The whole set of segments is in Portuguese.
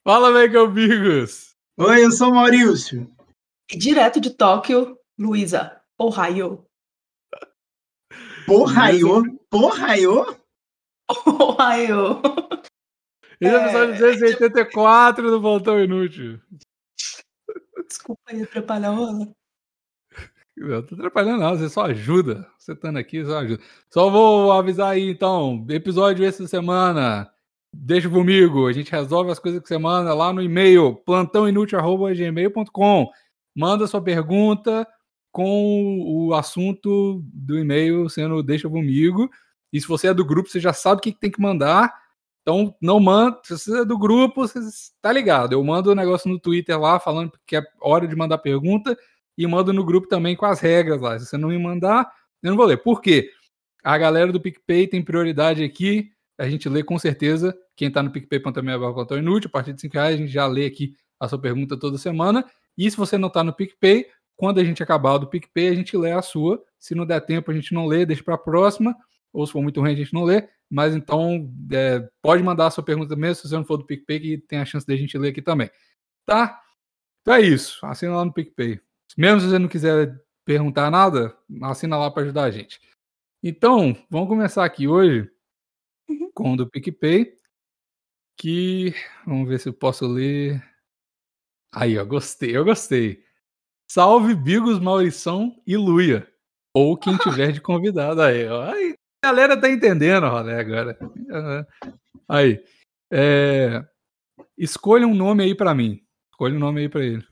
Fala, meus amigos! Oi, eu sou o Maurício. Direto de Tóquio, Luísa, Ohio. Ohio? Ohio. Esse é o episódio 284 do Plantão Inútil. Desculpa aí atrapalhar a aula. Eu tô atrapalhando não, você só ajuda. Você estando aqui, só ajuda. Só vou avisar aí, então, episódio essa semana. Deixa comigo, a gente resolve as coisas que você manda lá no e-mail, plantãoinútil@gmail.com. Manda sua pergunta com o assunto do e-mail sendo deixa comigo. E se você é do grupo, você já sabe o que tem que mandar. Então, não manda. Se você é do grupo, você tá ligado. Eu mando um negócio no Twitter lá, falando que é hora de mandar pergunta. E mando no grupo também com as regras lá. Se você não me mandar, eu não vou ler. Por quê? A galera do PicPay tem prioridade aqui. A gente lê com certeza. Quem tá no PicPay.me/Plantão Inútil, a partir de R$5, a gente já lê aqui a sua pergunta toda semana. E se você não tá no PicPay, quando a gente acabar do PicPay, a gente lê a sua. Se não der tempo, a gente não lê, deixa pra próxima. Ou se for muito ruim, a gente não lê. Mas então, pode mandar a sua pergunta mesmo, se você não for do PicPay, que tem a chance de a gente ler aqui também. Tá? Então é isso. Assina lá no PicPay. Mesmo se você não quiser perguntar nada, assina lá para ajudar a gente. Então, vamos começar aqui hoje com o do PicPay, que vamos ver se eu posso ler. Aí, ó, eu gostei. Salve Bigos, Maurição e Luia, ou quem tiver de convidado aí, ó. Aí, a galera tá entendendo, rolê, agora. Aí, escolha um nome aí para mim. Escolha um nome aí para ele.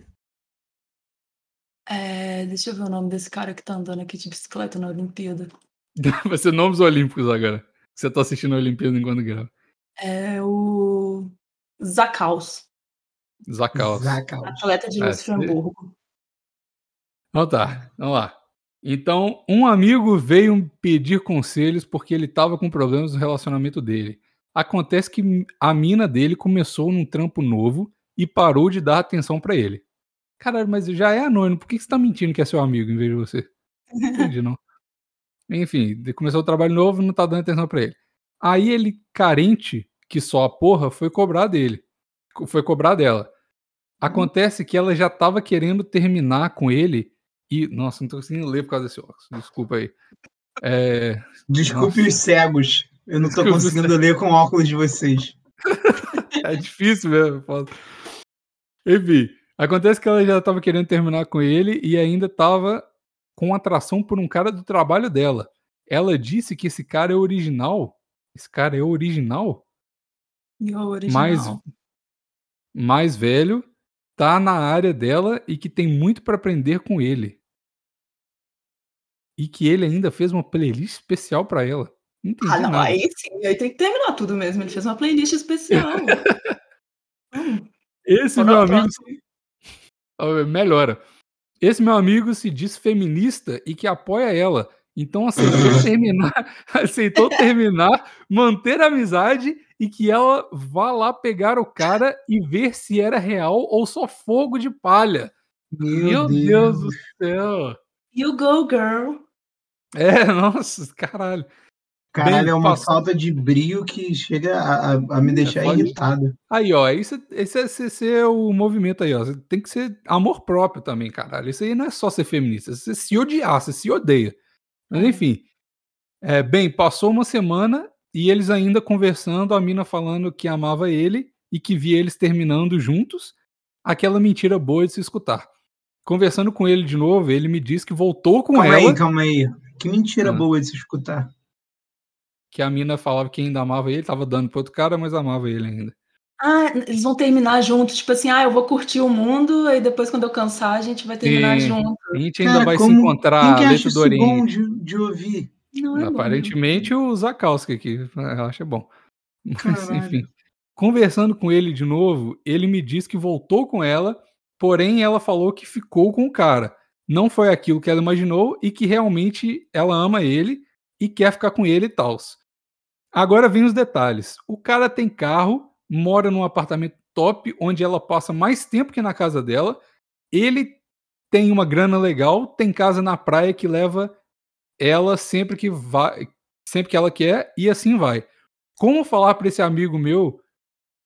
Deixa eu ver o nome desse cara que tá andando aqui de bicicleta na Olimpíada. Vai ser nomes olímpicos agora. Você tá assistindo a Olimpíada enquanto grava. É o Zakaus. Zakaus. Atleta de Luxemburgo. Então tá, vamos lá. Então, um amigo veio pedir conselhos porque ele tava com problemas no relacionamento dele. Acontece que a mina dele começou num trampo novo e parou de dar atenção pra ele. Caralho, mas já é anônimo, por que você tá mentindo que é seu amigo em vez de você? Não entendi, não. Enfim, ele começou o trabalho novo e não tá dando atenção pra ele. Aí ele, carente, que só a porra, foi cobrar dele. Foi cobrar dela. Acontece que ela já tava querendo terminar com ele e... Nossa, não tô conseguindo ler por causa desse óculos. Desculpa aí. Desculpe os cegos. Eu não tô conseguindo ler com o óculos de vocês. É difícil mesmo. Foda. Enfim, acontece que ela já tava querendo terminar com ele e ainda tava com atração por um cara do trabalho dela. Ela disse que esse cara é original. Esse cara é original? Mais velho, tá na área dela e que tem muito pra aprender com ele. E que ele ainda fez uma playlist especial pra ela. Não entendi não, nada. aí sim, aí tem que terminar tudo mesmo. Ele fez uma playlist especial. Esse meu amigo melhora. Esse meu amigo se diz feminista e que apoia ela. Então aceitou terminar, manter a amizade e que ela vá lá pegar o cara e ver se era real ou só fogo de palha. Meu Deus do céu. You go, girl. Nossa, caralho. Caralho, é uma falta de brio que chega a me deixar irritado. Aí, ó, esse é o movimento aí, ó. Tem que ser amor próprio também, caralho. Isso aí não é só ser feminista, você se odiar, você se odeia. Mas enfim, bem, passou uma semana e eles ainda conversando, a mina falando que amava ele e que via eles terminando juntos, aquela mentira boa de se escutar. Conversando com ele de novo, ele me disse que voltou com ela. Calma aí. Que mentira boa de se escutar. Que a mina falava que ainda amava ele, tava dando pro outro cara, mas amava ele ainda. Eles vão terminar juntos, tipo assim, eu vou curtir o mundo, e depois quando eu cansar, a gente vai terminar junto. A gente ainda vai se encontrar. Quem que acha isso bom de ouvir? Não é aparentemente o Zakowski aqui acha bom. Mas enfim, conversando com ele de novo, ele me disse que voltou com ela, porém ela falou que ficou com o cara. Não foi aquilo que ela imaginou e que realmente ela ama ele e quer ficar com ele e tal. Agora vem os detalhes. O cara tem carro, mora num apartamento top, onde ela passa mais tempo que na casa dela. Ele tem uma grana legal, tem casa na praia que leva ela sempre que ela quer, e assim vai. Como falar para esse amigo meu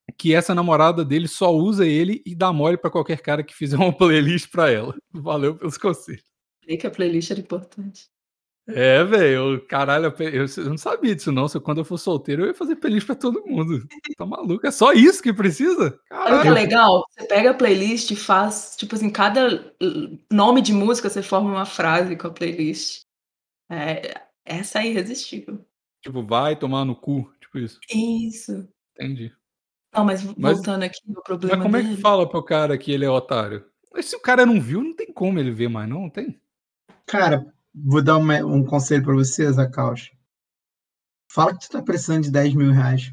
que essa namorada dele só usa ele e dá mole pra qualquer cara que fizer uma playlist pra ela. Valeu pelos conselhos. Falei que a playlist era importante. É, velho, caralho, eu não sabia disso não, quando eu for solteiro eu ia fazer playlist pra todo mundo. Tá maluco? É só isso que precisa? Sabe o que é legal? Você pega a playlist e faz, tipo assim, cada nome de música você forma uma frase com a playlist. Essa é irresistível. Tipo, vai tomar no cu, tipo isso. Isso. Entendi. Não, mas voltando aqui no problema Mas como dele... é que fala pro cara que ele é otário? Mas se o cara não viu, não tem como ele ver mais, não tem? Cara, vou dar um conselho pra você, Zacaus. Fala que tu tá precisando de 10 mil reais.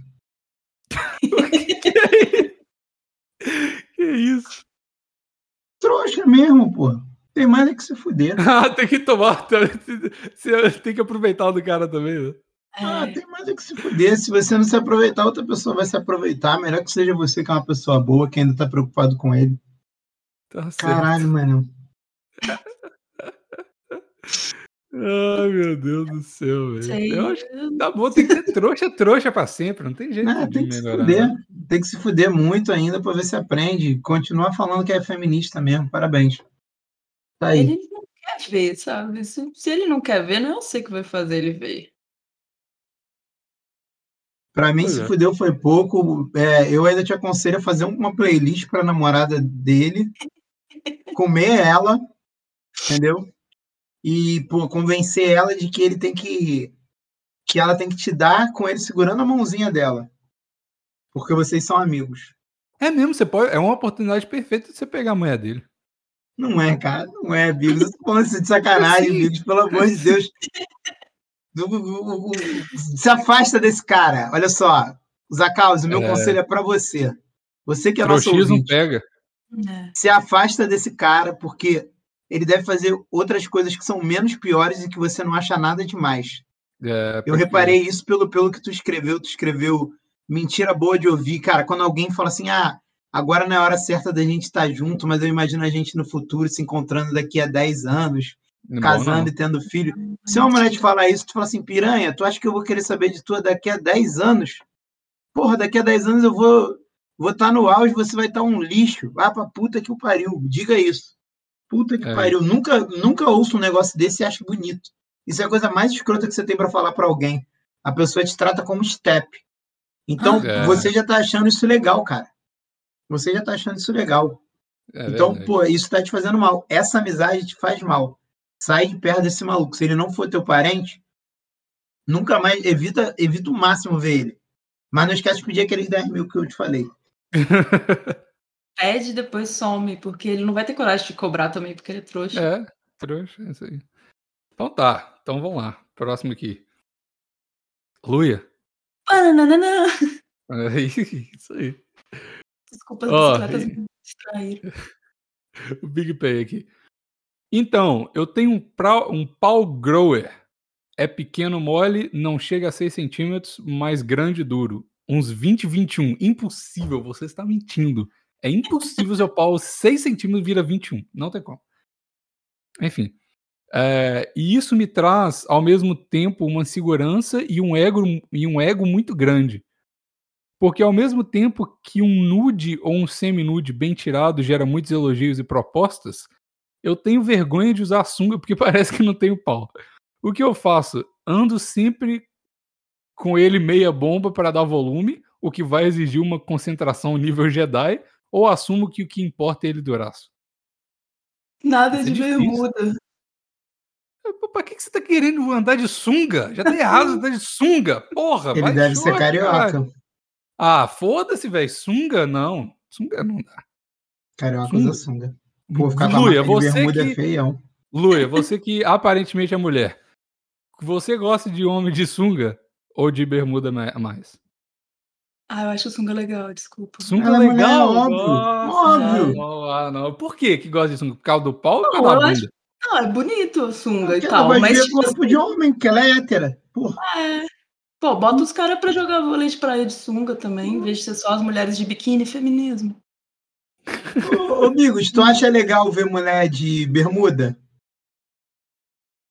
Que isso? Trouxa mesmo, pô. Tem mais é que se fuder. Tem que tomar. Tem que aproveitar do cara também, né? Tem mais é que se fuder. Se você não se aproveitar, outra pessoa vai se aproveitar. Melhor que seja você, que é uma pessoa boa, que ainda tá preocupado com ele. Tá certo. Caralho, mano. Ai, meu Deus do céu, velho. Eu acho que tá bom, tem que ser trouxa pra sempre. Não tem jeito de tem que melhorar. se fuder. Tem que se fuder muito ainda pra ver se aprende. Continua falando que é feminista mesmo. Parabéns. Tá aí. Ele não quer ver, sabe? Se ele não quer ver, não é você que vai fazer ele ver. Pra mim, se fudeu foi pouco. Eu ainda te aconselho a fazer uma playlist pra namorada dele, comer ela, entendeu? E, pô, convencer ela de que ele tem que ela tem que te dar com ele segurando a mãozinha dela. Porque vocês são amigos. É mesmo, você pode. É uma oportunidade perfeita de você pegar a mulher dele. Não é, cara. Não é, Bigos. Eu tô falando isso de sacanagem, Bigos. Pelo amor de Deus. Se afasta desse cara. Olha só. Zacaus, o meu conselho é pra você. Você que é nosso ouvinte. Pega. Se afasta desse cara, porque ele deve fazer outras coisas que são menos piores e que você não acha nada demais. Eu reparei isso pelo que tu escreveu. Tu escreveu mentira boa de ouvir. Cara, quando alguém fala assim, agora não é a hora certa da gente estar junto, mas eu imagino a gente no futuro se encontrando daqui a 10 anos, casando e tendo filho. Se uma mulher te falar isso, tu fala assim, piranha, tu acha que eu vou querer saber de tu daqui a 10 anos? Porra, daqui a 10 anos eu vou estar no auge, você vai estar um lixo. Vai pra puta que o pariu. Diga isso. Puta que pariu. Nunca ouço um negócio desse e acho bonito. Isso é a coisa mais escrota que você tem pra falar pra alguém. A pessoa te trata como step. Então, você já tá achando isso legal, cara. Você já tá achando isso legal. Então, verdade. Pô, isso tá te fazendo mal. Essa amizade te faz mal. Sai de perto desse maluco. Se ele não for teu parente, nunca mais, evita o máximo ver ele. Mas não esquece de pedir aqueles 10 mil que eu te falei. Pede e depois some, porque ele não vai ter coragem de cobrar também, porque ele é trouxa. Trouxa, é isso aí. Então tá, então vamos lá. Próximo aqui. Luia. Bananana. Isso aí. Desculpa, as bicicletas me distraíram. O Big Pay aqui. Então, eu tenho um pau grower. É pequeno mole, não chega a 6 centímetros, mas grande e duro. Uns 20, 21. Impossível, você está mentindo. É impossível seu pau 6 centímetros vira 21. Não tem como. Enfim. E isso me traz, ao mesmo tempo, uma segurança e um ego muito grande. Porque ao mesmo tempo que um nude ou um semi-nude bem tirado gera muitos elogios e propostas, eu tenho vergonha de usar sunga porque parece que não tenho pau. O que eu faço? Ando sempre com ele meia bomba para dar volume, o que vai exigir uma concentração nível Jedi, ou assumo que o que importa é ele duraço? Nada de bermuda. Pra que você tá querendo andar de sunga? Já tá errado andar de sunga, porra. Ele deve ser carioca. Foda-se, velho. Sunga, não. Sunga não dá. Carioca usa sunga. Pô, ficar Luia, com a marca de bermuda é feião. Luia, você que aparentemente é mulher, você gosta de homem de sunga ou de bermuda mais? Eu acho sunga legal, desculpa. Sunga legal? Óbvio. Não. Por que gosta de sunga? Por causa do pau ou por causa da bunda? Não, é bonito a sunga e tal. tal, mas tipo corpo assim... de homem, porque ela é hétera. Porra. Pô, bota os caras pra jogar vôlei de praia de sunga também, em vez de ser só as mulheres de biquíni, feminismo. Ô, amigos, tu acha legal ver mulher de bermuda?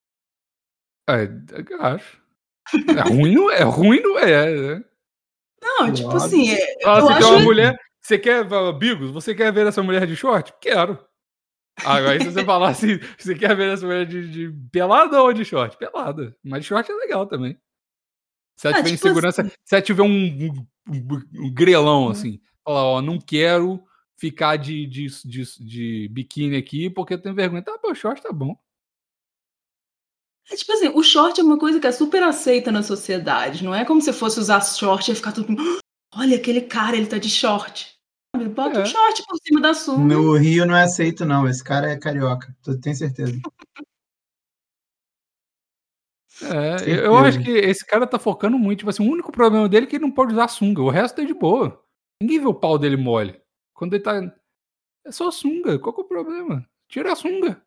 Acho. É ruim, não é? Não, tipo assim, você quer uma mulher... Você quer, Bigos, você quer ver essa mulher de short? Quero. Agora, se você falar assim, você quer ver essa mulher de pelada ou de short? Pelada. Mas de short é legal também. Se ela tiver tipo insegurança, assim, se ela tiver um grelão, assim, falar, ó, não quero ficar de biquíni aqui porque eu tenho vergonha. Tá, pô, short tá bom. tipo assim, o short é uma coisa que é super aceita na sociedade. Não é como se fosse usar short e ficar todo mundo... Olha, aquele cara, ele tá de short. Bota um short por cima da sunga. No Rio não é aceito, não. Esse cara é carioca. Tu tem certeza. Eu acho que esse cara tá focando muito. Tipo assim, o único problema dele é que ele não pode usar sunga. O resto é de boa. Ninguém vê o pau dele mole. Quando ele tá... É só sunga. Qual que é o problema? Tira a sunga.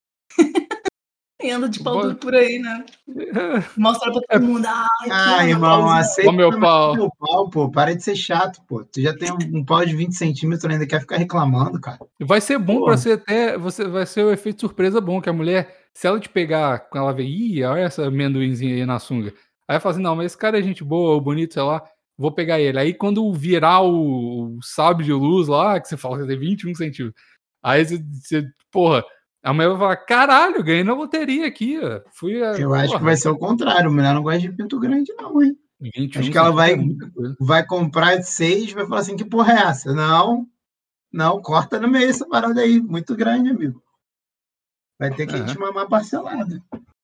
E anda de pau duro por aí, né? Mostra pra todo mundo. Irmão, aceita meu pau. Meu pau, pô. Para de ser chato, pô. Tu já tem um pau de 20 centímetros, ainda quer ficar reclamando, cara. Vai ser bom pra você até... vai ser o efeito surpresa bom, que a mulher, se ela te pegar, quando ela vê, ih, olha essa amendoinzinha aí na sunga. Aí ela fala assim, não, mas esse cara é gente boa, ou bonito, sei lá, vou pegar ele. Aí quando virar o sábio de luz lá, que você fala que tem 21 centímetros, aí você porra, a mulher vai falar, caralho, ganhei na loteria aqui, ó. Eu acho que vai ser o contrário. A mulher não gosta de pinto grande, não, hein? 21 acho que ela vai comprar 6 e vai falar assim, que porra é essa? Não, corta no meio essa parada aí. Muito grande, amigo. Vai ter que te mamar parcelada.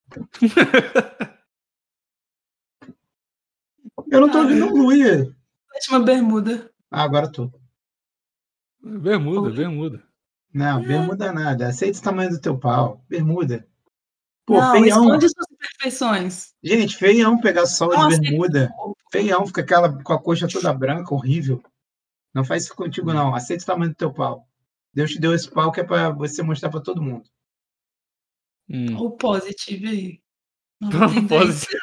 Eu não tô ouvindo Luia. Uma bermuda. Agora tô. Bermuda. Não, bermuda nada. Aceita o tamanho do teu pau. Bermuda. Pô, não, feião. Esconde suas imperfeições. Gente, feião pegar sol de bermuda. Feião, fica com a coxa toda branca, horrível. Não faz isso contigo, não. Aceita o tamanho do teu pau. Deus te deu esse pau que é pra você mostrar pra todo mundo. O positivo aí. Positivo.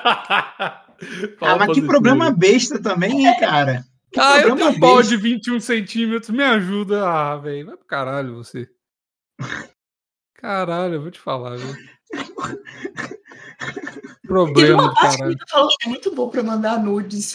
Mas que problema besta também, hein, cara? Eu tenho um pau de 21 centímetros, me ajuda. Velho, vai pro caralho você. Caralho, eu vou te falar, velho. Problema do caralho. Falou que é muito bom pra mandar nudes.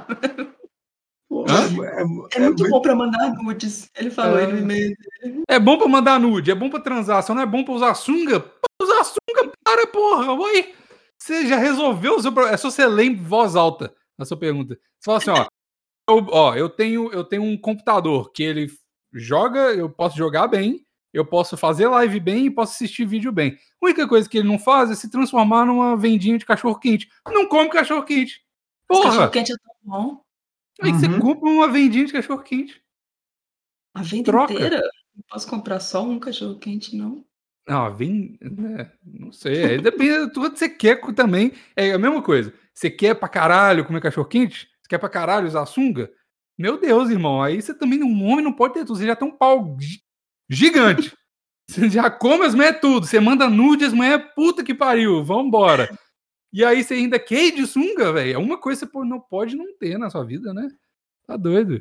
É muito bom pra mandar nudes. Ele falou aí no e-mail dele. É bom pra mandar nude, é bom pra transar, só não é bom pra usar sunga. Usar sunga, para, porra. Oi. Você já resolveu o seu problema. É só você ler em voz alta a sua pergunta. Você fala assim, eu tenho um computador que ele joga, eu posso jogar bem, eu posso fazer live bem e posso assistir vídeo bem. A única coisa que ele não faz é se transformar numa vendinha de cachorro-quente. Não come cachorro-quente. Porra! Cachorro-quente é tão bom. Aí você compra uma vendinha de cachorro-quente. A venda inteira? Não posso comprar só um cachorro-quente, não? Não, não sei. Aí depende de tudo que você quer também. É a mesma coisa. Você quer pra caralho comer cachorro-quente? Você quer pra caralho usar sunga? Meu Deus, irmão. Aí você também, um homem não pode ter tudo. Você já tem um pau gigante. Você já come as mulheres tudo. Você manda nude as mulheres, puta que pariu. Vambora. E aí você ainda quer ir de sunga, velho. É uma coisa que você não pode não ter na sua vida, né? Tá doido.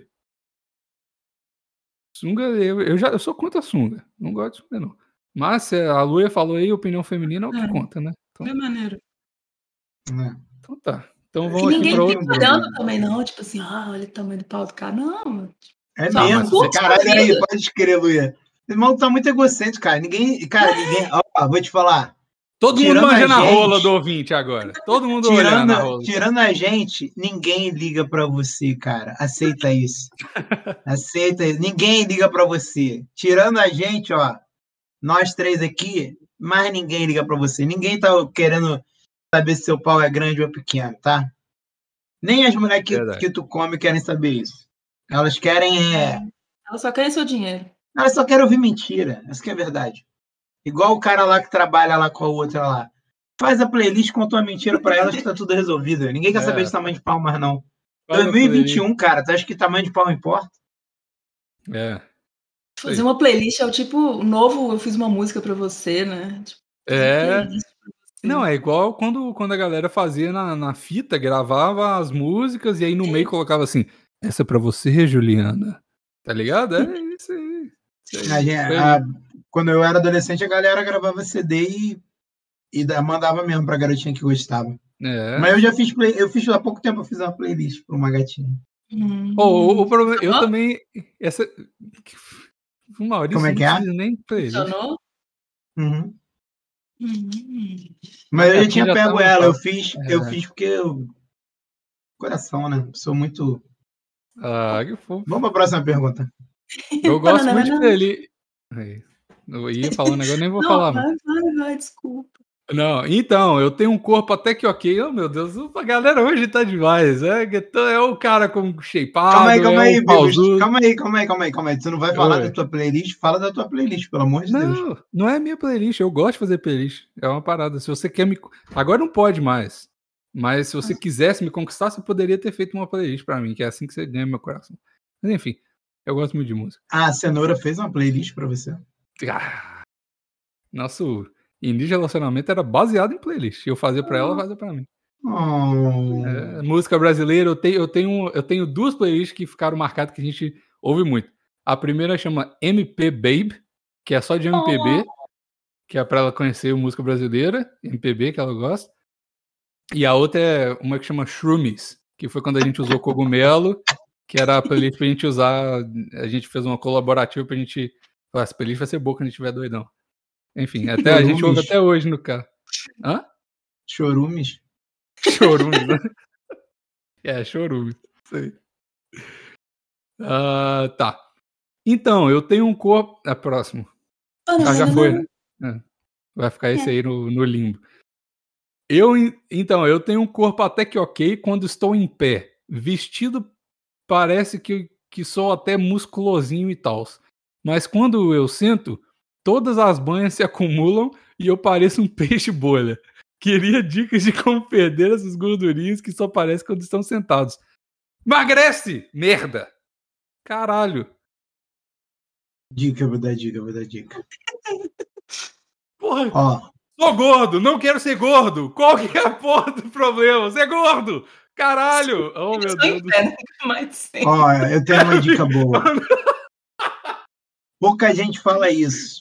Sunga, eu sou contra a sunga. Não gosto de sunga, não. Mas a Luia falou aí, opinião feminina é o que conta, né? Então, é maneiro. Então tá. Então vamos aqui para outro. Ninguém fica olhando também, não. Tipo assim, olha o tamanho do pau do cara. Não. É mesmo. Caralho, aí, pode crer, Luia. O irmão tá muito egocêntrico, cara. Ninguém. Vou te falar. Todo mundo manja na rola do ouvinte agora. Todo mundo olhando na rola. Tirando a gente, ninguém liga pra você, cara. Aceita isso. Aceita isso. Ninguém liga pra você. Tirando a gente, nós três aqui, mas ninguém liga pra você. Ninguém tá querendo saber se seu pau é grande ou pequeno, tá? Nem as mulheres que tu come querem saber isso. Elas querem... Elas só querem seu dinheiro. Elas só querem ouvir mentira. Essa que é a verdade. Igual o cara lá que trabalha lá com a outra lá. Faz a playlist, conta uma mentira pra elas que tá tudo resolvido. Ninguém quer saber de tamanho de pau mais, não. 2021, cara. Tu acha que tamanho de pau importa? Fazer uma playlist é o tipo novo, eu fiz uma música pra você, né? Tipo, não, é igual quando a galera fazia na fita, gravava as músicas e aí no meio colocava assim, essa é pra você, Juliana. Tá ligado? É isso aí. Quando eu era adolescente, a galera gravava CD e mandava mesmo pra garotinha que gostava. Mas eu já fiz há pouco tempo, eu fiz uma playlist para uma gatinha. O problema, eu também. O Maurício Como é que é? Não precisa nem playlist. Funcionou? Uhum. Mas eu já tinha pego ela, eu fiz porque coração, né? Sou muito. Que fofo. Vamos para a próxima pergunta. Eu gosto muito de playlist. Eu ia falando agora, nem vou falar. Vai, desculpa. Não, então, eu tenho um corpo até que ok. Oh, meu Deus, a galera hoje tá demais. É o cara com shapeado. Calma aí, Bigos. Calma aí. Você não vai falar da tua playlist? Fala da tua playlist, pelo amor de Deus. Não é minha playlist. Eu gosto de fazer playlist. É uma parada. Se você quer me. Agora não pode mais. Mas se você quisesse me conquistar, você poderia ter feito uma playlist pra mim, que é assim que você ganha meu coração. Mas enfim, eu gosto muito de música. A Cenoura fez uma playlist pra você? Nosso início de relacionamento era baseado em playlist. Eu fazia pra ela, fazia pra mim. Música brasileira, eu tenho duas playlists que ficaram marcadas que a gente ouve muito. A primeira chama MP Babe, que é só de MPB, que é pra ela conhecer música brasileira, MPB que ela gosta. E a outra é uma que chama Shroomies, que foi quando a gente usou cogumelo, que era a playlist pra gente usar. A gente fez uma colaborativa pra gente. Essa playlist vai ser boa quando a gente estiver doidão. Enfim, até a gente ouve até hoje no carro. Hã? Chorumes? Chorumes, né? Chorumes. Isso aí. Tá. Então, eu tenho um corpo. Próximo. Já foi, né? Vai ficar esse aí no limbo. Então, eu tenho um corpo até que ok quando estou em pé. Vestido parece que sou até musculosinho e tal. Mas quando eu sento, todas as banhas se acumulam e eu pareço um peixe bolha. Queria dicas de como perder essas gordurinhas que só aparecem quando estão sentados. Emagrece! Merda! Caralho! Vou dar dica. Porra! Ó. Sou gordo! Não quero ser gordo! Qual que é a porra do problema? Você é gordo! Caralho! Oh, meu Deus do céu. Ó, eu tenho uma dica boa. Pouca gente fala isso.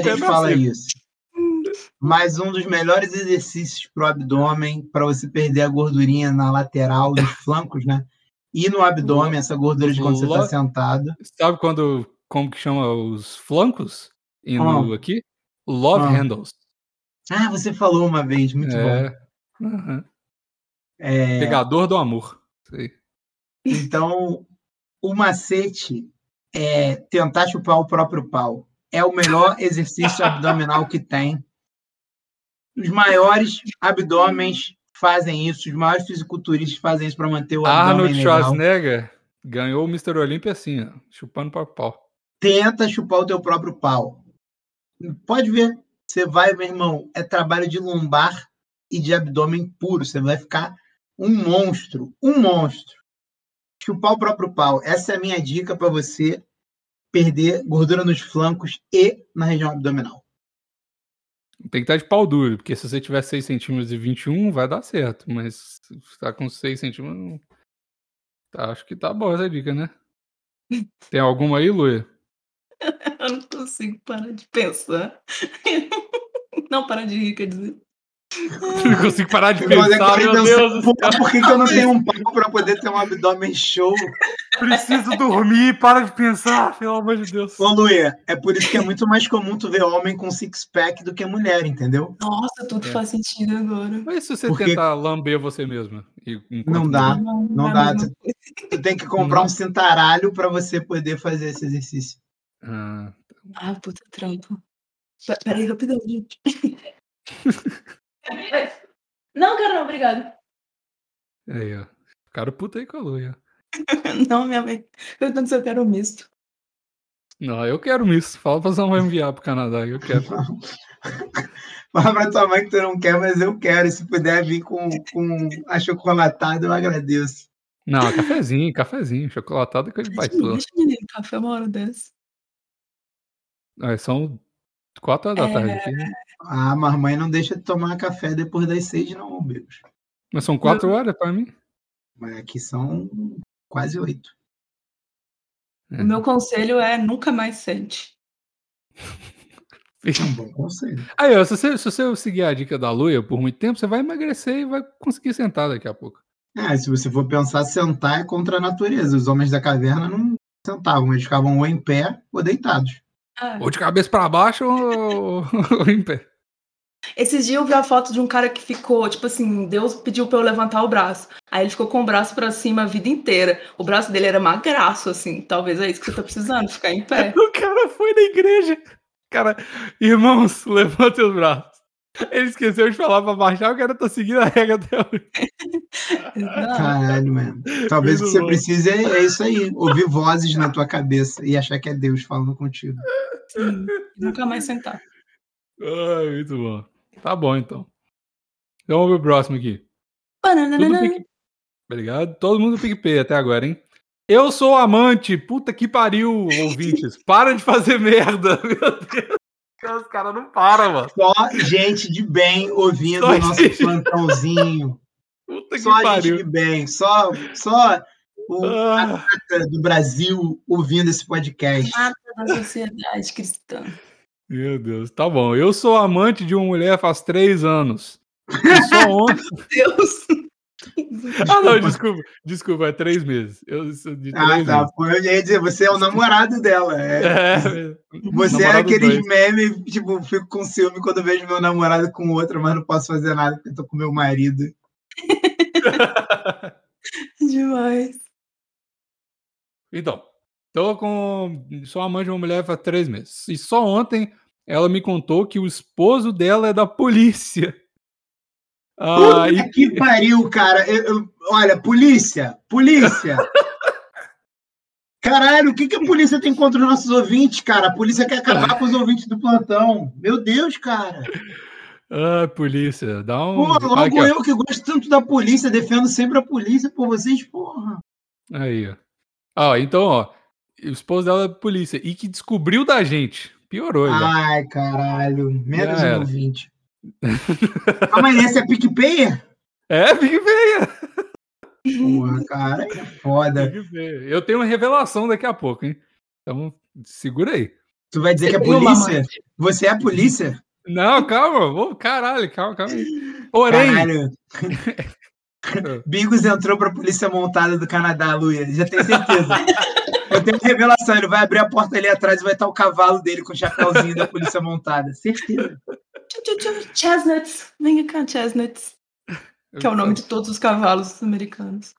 Mas um dos melhores exercícios para o abdômen, para você perder a gordurinha na lateral, nos flancos, né? E no abdômen, essa gordura de quando você está sentado. Sabe como que chama os flancos? Aqui? Love handles. Você falou uma vez, muito bom. Uhum. Pegador do amor. Sei. Então, o macete é tentar chupar o próprio pau. É o melhor exercício abdominal que tem. Os maiores abdômenes fazem isso, os maiores fisiculturistas fazem isso para manter o abdômen Arnold legal. Schwarzenegger ganhou o Mr. Olympia assim, ó, chupando para o pau. Tenta chupar o teu próprio pau. Pode ver. Você vai, meu irmão, é trabalho de lombar e de abdômen puro. Você vai ficar um monstro. Chupar o próprio pau. Essa é a minha dica para você perder gordura nos flancos e na região abdominal. Tem que estar de pau duro, porque se você tiver 6 centímetros e 21, vai dar certo. Mas se você tá com 6 centímetros, acho que tá boa essa dica, né? Tem alguma aí, Luia? Eu não consigo parar de pensar. Não parar de rir, quer dizer. Não consigo parar de pensar, meu Deus. Por que eu não tenho um pau para poder ter um abdômen show? Preciso dormir, para de pensar, pelo amor de Deus. Ô, Luia, é por isso que é muito mais comum tu ver homem com six-pack do que mulher, entendeu? Nossa, tudo faz sentido agora. Mas se você tentar lamber você mesma? Não dá. Tu tem que comprar um cintaralho para você poder fazer esse exercício. Puta trampo. Peraí, rapidão, gente. Não, quero não, obrigado. Aí, ó. Ficaram puta aí com a Luia. Não, minha mãe. Perguntando se eu quero misto. Não, eu quero misto. Fala pra sua mãe enviar pro Canadá, eu quero. Fala pra tua mãe que tu não quer, mas eu quero. Se puder vir com achocolatado, eu agradeço. Não, cafezinho. Chocolatado é coisa de baitona. Deixa menino, café uma hora dessa. São 4 horas da tarde aqui, né? Mas mãe não deixa de tomar café depois das 6, não, Bigos. Mas são 4 horas pra mim. Mas aqui são quase 8. O meu conselho é nunca mais sente. É um bom conselho. Aí, ó, se você seguir a dica da Luia por muito tempo, você vai emagrecer e vai conseguir sentar daqui a pouco. Se você for pensar, sentar é contra a natureza. Os homens da caverna não sentavam, eles ficavam ou em pé ou deitados. Ou de cabeça pra baixo ou em pé. Esses dias eu vi a foto de um cara que ficou, tipo assim, Deus pediu pra eu levantar o braço. Aí ele ficou com o braço pra cima a vida inteira. O braço dele era magraço, assim. Talvez é isso que você tá precisando, ficar em pé. O cara foi na igreja. Cara, irmãos, levantem os braços. Ele esqueceu de falar pra baixar, o cara tá seguindo a regra até hoje. Caralho, mano. Talvez o que você precise é isso aí. Ouvir vozes na tua cabeça e achar que é Deus falando contigo. Sim, nunca mais sentar. Ai, muito bom. Tá bom, então. Então vamos ver o próximo aqui. Obrigado. Todo mundo do PicPay até agora, hein? Eu sou amante. Puta que pariu, ouvintes. Para de fazer merda. Meu Deus. Os caras não param, mano. Só gente de bem ouvindo o nosso plantãozinho. Puta que só pariu. Gente de bem. Só a nata do Brasil ouvindo esse podcast. Nata da sociedade cristã. Meu Deus. Tá bom. Eu sou amante de uma mulher faz 3 anos. E só ontem... Meu Deus. Não, desculpa, é 3 meses. Eu sou de 3 tá. meses. Pô, eu ia dizer, você é o namorado dela. Você é aqueles memes, tipo, fico com ciúme quando vejo meu namorado com outra, mas não posso fazer nada porque eu tô com meu marido. Demais. Então, sou amante de uma mulher faz 3 meses. E só ontem ela me contou que o esposo dela é da polícia. Puta que pariu, cara. Olha, polícia. Caralho, o que a polícia tem contra os nossos ouvintes, cara? A polícia quer acabar com os ouvintes do plantão. Meu Deus, cara. Polícia, dá um... Pô, logo eu que gosto tanto da polícia, defendo sempre a polícia por vocês, porra. Aí, ó. Então, o esposo dela é polícia e que descobriu da gente. Piorou, já. Ai, caralho. Menos um ouvinte. Mas esse é PicPay? É, PicPay. Porra, cara, é foda. Eu tenho uma revelação daqui a pouco, hein? Então, segura aí. Tu vai dizer que é polícia? Você é a polícia? Não, calma. Caralho, calma aí. Porém... Caralho. Bigos entrou pra polícia montada do Canadá, Luia. Já tenho certeza. Eu tenho uma revelação. Ele vai abrir a porta ali atrás e vai estar o cavalo dele com o chapéuzinho da polícia montada. Certeza. Chestnuts. Venha cá, Chestnuts. Que é o nome de todos os cavalos americanos.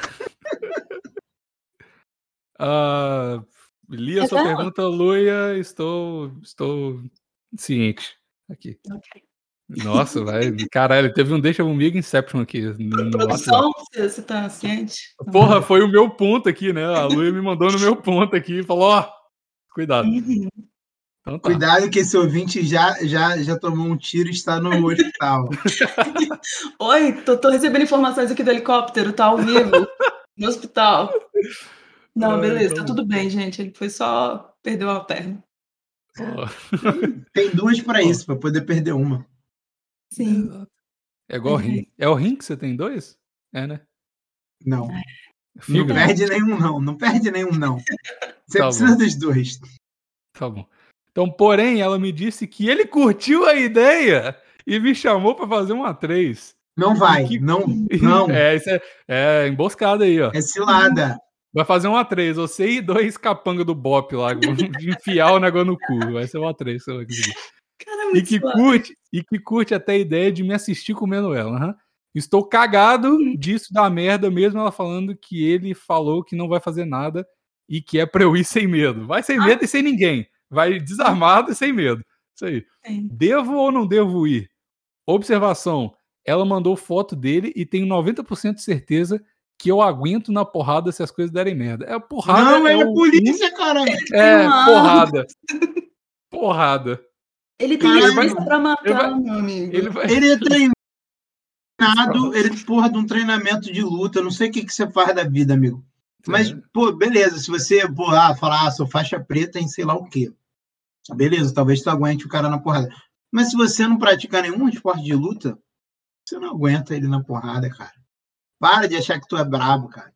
Li a sua pergunta, Luia. Estou ciente aqui. Ok. Nossa, caralho, teve um Deixa Comigo Inception aqui. Produção, você tá ciente? Porra, foi o meu ponto aqui, né? A Luia me mandou no meu ponto aqui e falou, cuidado. Então, tá. Cuidado que esse ouvinte já tomou um tiro e está no hospital. Oi, tô recebendo informações aqui do helicóptero, tá ao vivo, no hospital. Não, beleza, tá tudo bem, gente. Ele foi só perdeu a perna. Tem 2 para isso, para poder perder uma. Sim. É igual rim. É o rim que você tem 2? É, né? Não. Não perde nenhum, não. Você precisa dos 2. Tá bom. Então, porém, ela me disse que ele curtiu a ideia e me chamou para fazer uma 3. Não vai, não. Isso é emboscada aí, ó. É cilada. Vai fazer uma 3. Você e 2 capanga do Bop lá, de enfiar o negócio no cu. Vai ser uma 3. Caramba, e que curte até a ideia de me assistir comendo ela. Estou cagado disso da merda, mesmo ela falando que ele falou que não vai fazer nada e que é pra eu ir sem medo. Vai sem medo e sem ninguém. Vai desarmado e sem medo. Isso aí. Devo ou não devo ir? Observação. Ela mandou foto dele e tenho 90% de certeza que eu aguento na porrada se as coisas derem merda. Porrada. Não, é polícia, caralho. Porrada. Porrada. Ele tem agência pra matar, meu amigo. Ele é treinado, porra de um treinamento de luta. Eu não sei o que você faz da vida, amigo. Mas, pô, beleza. Se você falar, sou faixa preta em sei lá o quê. Beleza, talvez tu aguente o cara na porrada. Mas se você não pratica nenhum esporte de luta, você não aguenta ele na porrada, cara. Para de achar que tu é brabo, cara.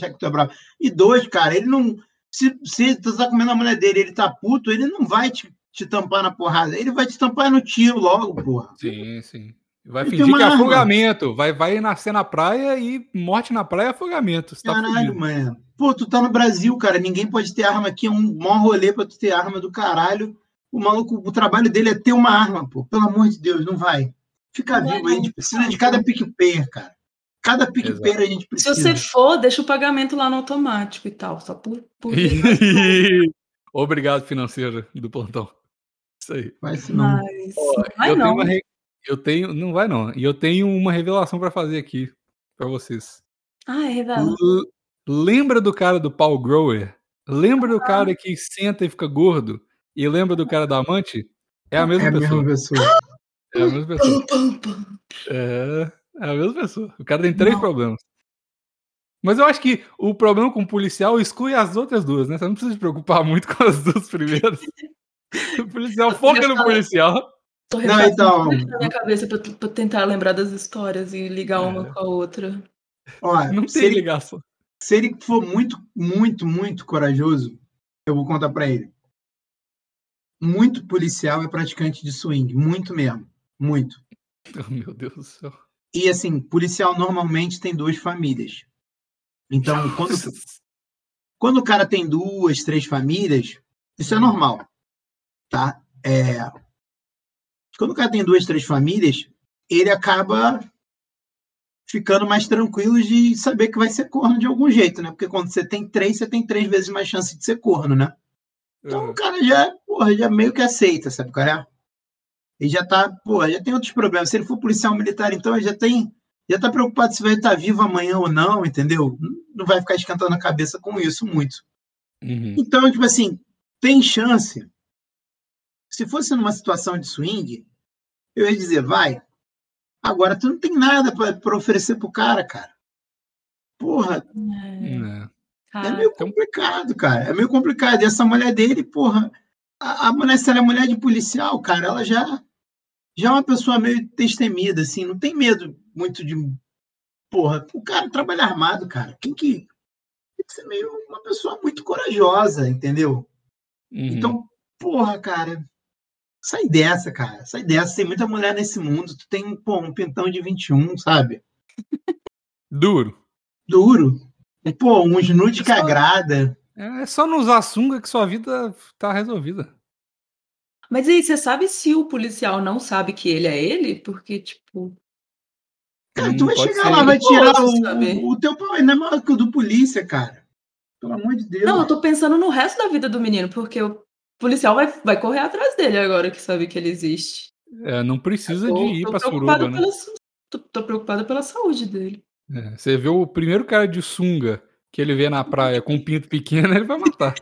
E 2, cara, ele não... Se tu tá comendo a mulher dele, ele tá puto, ele não vai te te tampar na porrada. Ele vai te tampar no tiro logo, porra. Sim. Vai fingir que é afogamento. Vai nascer na praia e morte na praia é afogamento. Você caralho, mano. Pô, tu tá no Brasil, cara. Ninguém pode ter arma aqui. É um maior rolê pra tu ter arma do caralho. O maluco, o trabalho dele é ter uma arma, pô. Pelo amor de Deus, não vai. Fica vivo aí. A gente precisa de cada PicPayer, cara. Cada PicPayer a gente precisa. Se você for, deixa o pagamento lá no automático e tal. Só por... Obrigado, financeiro do plantão. Isso aí. Vai sim, não. Mas não vai não. Não vai não. E eu tenho uma revelação pra fazer aqui pra vocês. Revela. Lembra do cara do Paul Grower? Lembra do cara que senta e fica gordo? E lembra do cara da amante? É a mesma pessoa. É a mesma pessoa. É a mesma pessoa. O cara tem 3 problemas. Mas eu acho que o problema com o policial exclui as outras 2, né? Você não precisa se preocupar muito com as 2 primeiras. O policial foca no policial. Tô então na minha cabeça pra tentar lembrar das histórias e ligar uma com a outra. Ó, não tem ligação. Se ele for muito, muito, muito corajoso, eu vou contar pra ele. Muito policial é praticante de swing. Muito mesmo. Muito. Oh, meu Deus do céu. E assim, policial normalmente tem 2 famílias. Então, quando o cara tem 2, 3 famílias, isso é normal. Tá? Quando o cara tem 2, 3 famílias, ele acaba ficando mais tranquilo de saber que vai ser corno de algum jeito, né? Porque quando você tem 3, você tem 3 vezes mais chance de ser corno, né? Então o cara já meio que aceita, sabe, cara? Ele já tá, já tem outros problemas. Se ele for policial militar, então ele já tá preocupado se vai estar vivo amanhã ou não, entendeu? Não vai ficar esquentando a cabeça com isso muito. Então, tipo assim, tem chance. Se fosse numa situação de swing, eu ia dizer, vai. Agora, tu não tem nada para oferecer pro cara. Porra. É meio complicado, cara. É meio complicado. E essa mulher dele, porra, a mulher, se ela é mulher de policial, cara, ela já é uma pessoa meio destemida, assim, não tem medo muito de... Porra, o cara trabalha armado, cara. Tem que ser meio uma pessoa muito corajosa, entendeu? Então, porra, cara, sai dessa, cara. Sai dessa. Tem muita mulher nesse mundo. Tu tem, um pintão de 21, sabe? Duro. Pô, uns nude que agrada. É só não usar sunga que sua vida tá resolvida. Mas aí, você sabe se o policial não sabe que ele é ele? Porque, tipo... Cara, tu vai chegar lá, vai tirar o teu pau, ainda é maior que o do polícia, cara. Pelo amor de Deus. Não, eu tô pensando no resto da vida do menino, porque o policial vai correr atrás dele agora que sabe que ele existe. Não precisa de ir pra suruba, né? Tô preocupada pela saúde dele. Você vê o primeiro cara de sunga que ele vê na praia com um pinto pequeno, ele vai matar.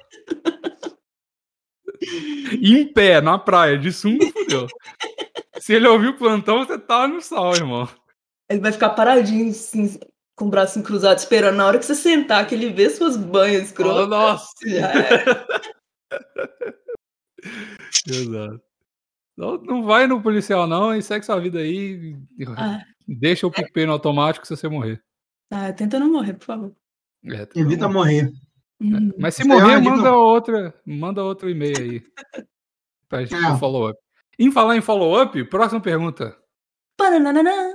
Em pé, na praia, de sunga, fodeu. Se ele ouvir o plantão, você tá no sal, irmão. Ele vai ficar paradinho, assim, com o braço cruzado, esperando na hora que você sentar, que ele vê suas banhas escrotas. Nossa! Já é. Exato. Não vai no policial, não, e segue sua vida aí. Deixa o PicPay no automático se você morrer. Tenta não morrer, por favor. Evita morrer. Mas se morrer, manda outro e-mail aí. Pra gente fazer follow-up. Em falar em follow-up, próxima pergunta. Paranana.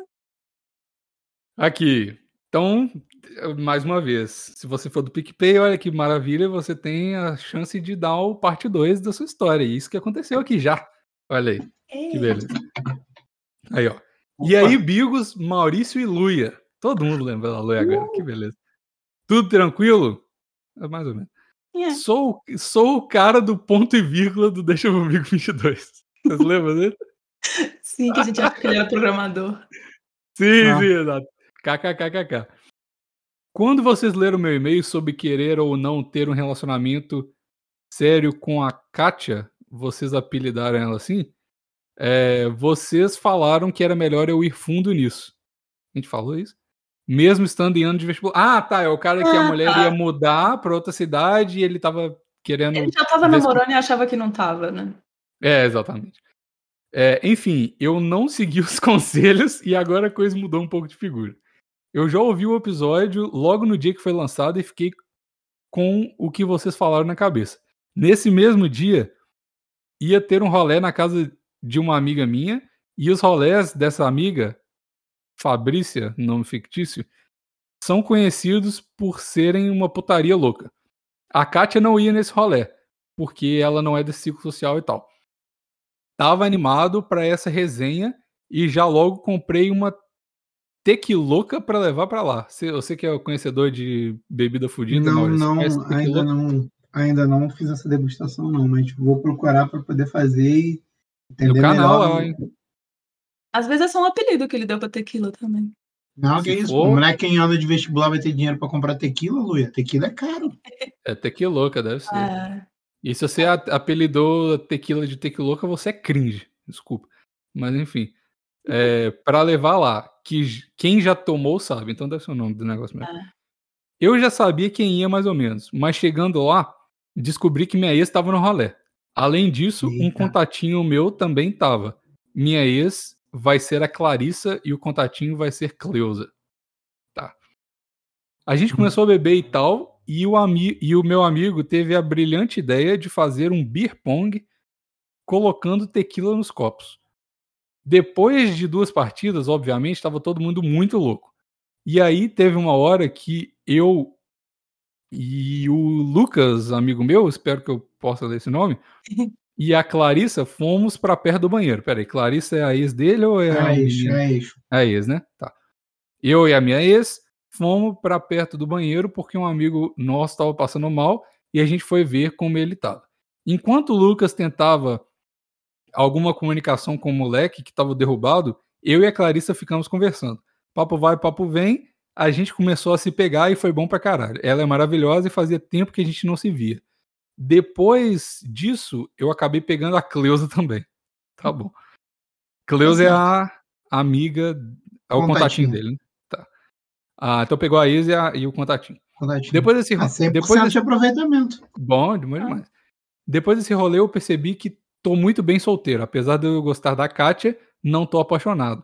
Aqui. Então, mais uma vez, se você for do PicPay, olha que maravilha, você tem a chance de dar o parte 2 da sua história. E isso que aconteceu aqui já. Olha aí. Que beleza. Aí, ó. E aí, Bigos, Maurício e Luia. Todo mundo lembra da Luia agora. Que beleza. Tudo tranquilo? Mais ou menos. Sou o cara do ponto e vírgula do Deixa Comigo 22. Vocês lembram dele? Sim, que a gente acha que ele era programador. Sim, exato. KKKKK. Quando vocês leram meu e-mail sobre querer ou não ter um relacionamento sério com a Kátia, vocês apelidaram ela assim? Vocês falaram que era melhor eu ir fundo nisso. A gente falou isso? Mesmo estando em ano de vestibular. É o cara que a mulher ia mudar pra outra cidade e ele tava querendo... Ele já tava namorando e achava que não tava, né? Exatamente. Enfim, eu não segui os conselhos e agora a coisa mudou um pouco de figura. Eu já ouvi o episódio logo no dia que foi lançado e fiquei com o que vocês falaram na cabeça. Nesse mesmo dia, ia ter um rolê na casa de uma amiga minha, e os rolés dessa amiga, Fabrícia, nome fictício, são conhecidos por serem uma putaria louca. A Kátia não ia nesse rolê, porque ela não é desse ciclo social e tal. Tava animado para essa resenha e já logo comprei uma tequiloca para levar para lá. Você que é o conhecedor de bebida fudida, Maurício? Ainda não fiz essa degustação não, mas vou procurar para poder fazer e entender no canal melhor. Lá, hein? Às vezes é só um apelido que ele deu para tequila também. Não, que isso? For... Não é quem anda de vestibular vai ter dinheiro para comprar tequila, Luia? Tequila é caro. É tequiloca, deve ser. E se você apelidou tequila de tequiloca, você é cringe. Desculpa. Mas enfim. Para levar lá, que quem já tomou sabe. Então deve ser o nome do negócio mesmo. Eu já sabia quem ia mais ou menos. Mas chegando lá, descobri que minha ex estava no rolê. Além disso, um contatinho meu também estava. Minha ex vai ser a Clarissa e o contatinho vai ser Cleusa. Tá. A gente começou a beber e tal, e o meu amigo teve a brilhante ideia de fazer um beer pong colocando tequila nos copos. Depois de 2 partidas, obviamente, estava todo mundo muito louco. E aí teve uma hora que eu e o Lucas, amigo meu, espero que eu possa ler esse nome, e a Clarissa fomos para perto do banheiro. Peraí, Clarissa é a ex dele ou é a menina? É ex. É a ex, né? Tá. Eu e a minha ex fomos para perto do banheiro porque um amigo nosso estava passando mal e a gente foi ver como ele estava. Enquanto o Lucas tentava alguma comunicação com o moleque que estava derrubado, eu e a Clarissa ficamos conversando. Papo vai, papo vem, a gente começou a se pegar e foi bom pra caralho. Ela é maravilhosa e fazia tempo que a gente não se via. Depois disso, eu acabei pegando a Cleusa também. Tá bom. Cleusa é a amiga, é o contatinho dele, né? Tá. Então pegou a ex e o contatinho. Depois desse 100% de aproveitamento. Bom, demais. Depois desse rolê, eu percebi que tô muito bem solteiro. Apesar de eu gostar da Kátia, não tô apaixonado.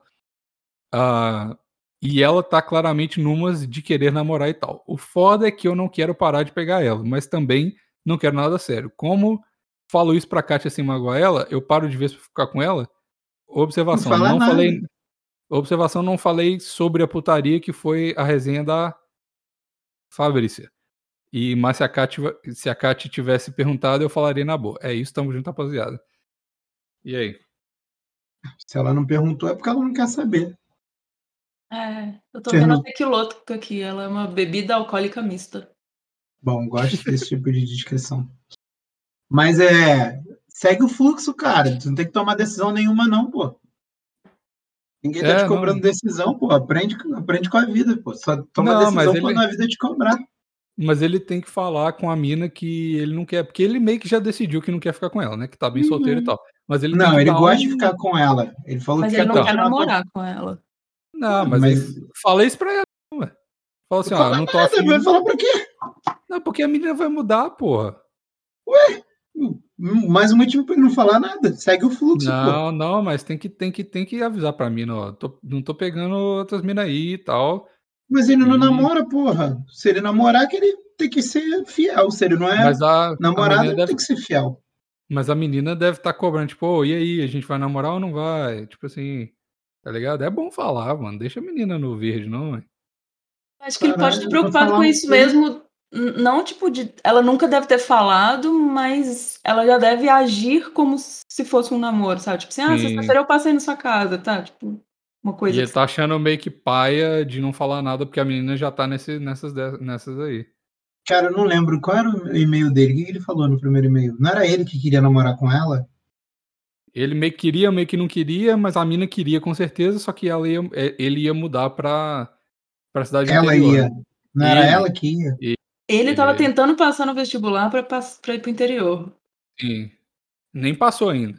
E ela tá claramente numas de querer namorar e tal. O foda é que eu não quero parar de pegar ela, mas também não quero nada sério. Como falo isso pra Kátia sem magoar ela, eu paro de vez pra ficar com ela. Observação, não falei sobre a putaria que foi a resenha da Fabrícia. Mas se a Kátia tivesse perguntado, eu falaria na boa. É isso, tamo junto, rapaziada. E aí? Se ela não perguntou, é porque ela não quer saber. Eu tô vendo a tequiloca aqui. Ela é uma bebida alcoólica mista. Bom, gosto desse tipo de descrição. Mas segue o fluxo, cara. Tu não tem que tomar decisão nenhuma, não, pô. Ninguém tá te cobrando decisão, pô. Aprende com a vida, pô. Só toma decisão quando a vida te cobrar. Mas ele tem que falar com a mina que ele não quer, porque ele meio que já decidiu que não quer ficar com ela, né? Que tá bem solteiro e tal. Mas ele ele gosta de ficar com ela. Ele falou mas que ele não quer namorar com ela. Não, mas falei isso pra ela, ué. Fala assim, não tô afim. Vai falar pra quê? Não, porque a menina vai mudar, porra. Ué? Mais um motivo pra ele não falar nada. Segue o fluxo, pô. Não, mas tem que avisar pra mina, ó. Não tô pegando outras minas aí e tal. Mas ele não namora, porra. Se ele namorar, que ele tem que ser fiel. Se ele não é namorado, ele tem que ser fiel. Mas a menina deve estar cobrando, tipo, e aí, a gente vai namorar ou não vai? Tipo assim, tá ligado? É bom falar, mano. Deixa a menina no verde, não, é? Acho que ele pode estar preocupado com isso mesmo. Não, tipo, ela nunca deve ter falado, mas ela já deve agir como se fosse um namoro, sabe? Tipo assim, sexta-feira eu passei na sua casa, tá? Tipo, uma coisa. E ele tá achando meio que paia de não falar nada, porque a menina já tá nessas aí. Cara, eu não lembro qual era o e-mail dele. O que ele falou no primeiro e-mail? Não era ele que queria namorar com ela? Ele meio que queria, meio que não queria, mas a mina queria com certeza, só que ele ia mudar pra cidade ela interior. Ela ia. Não era ela que ia? Ele tava tentando passar no vestibular pra ir pro interior. Sim. Nem passou ainda.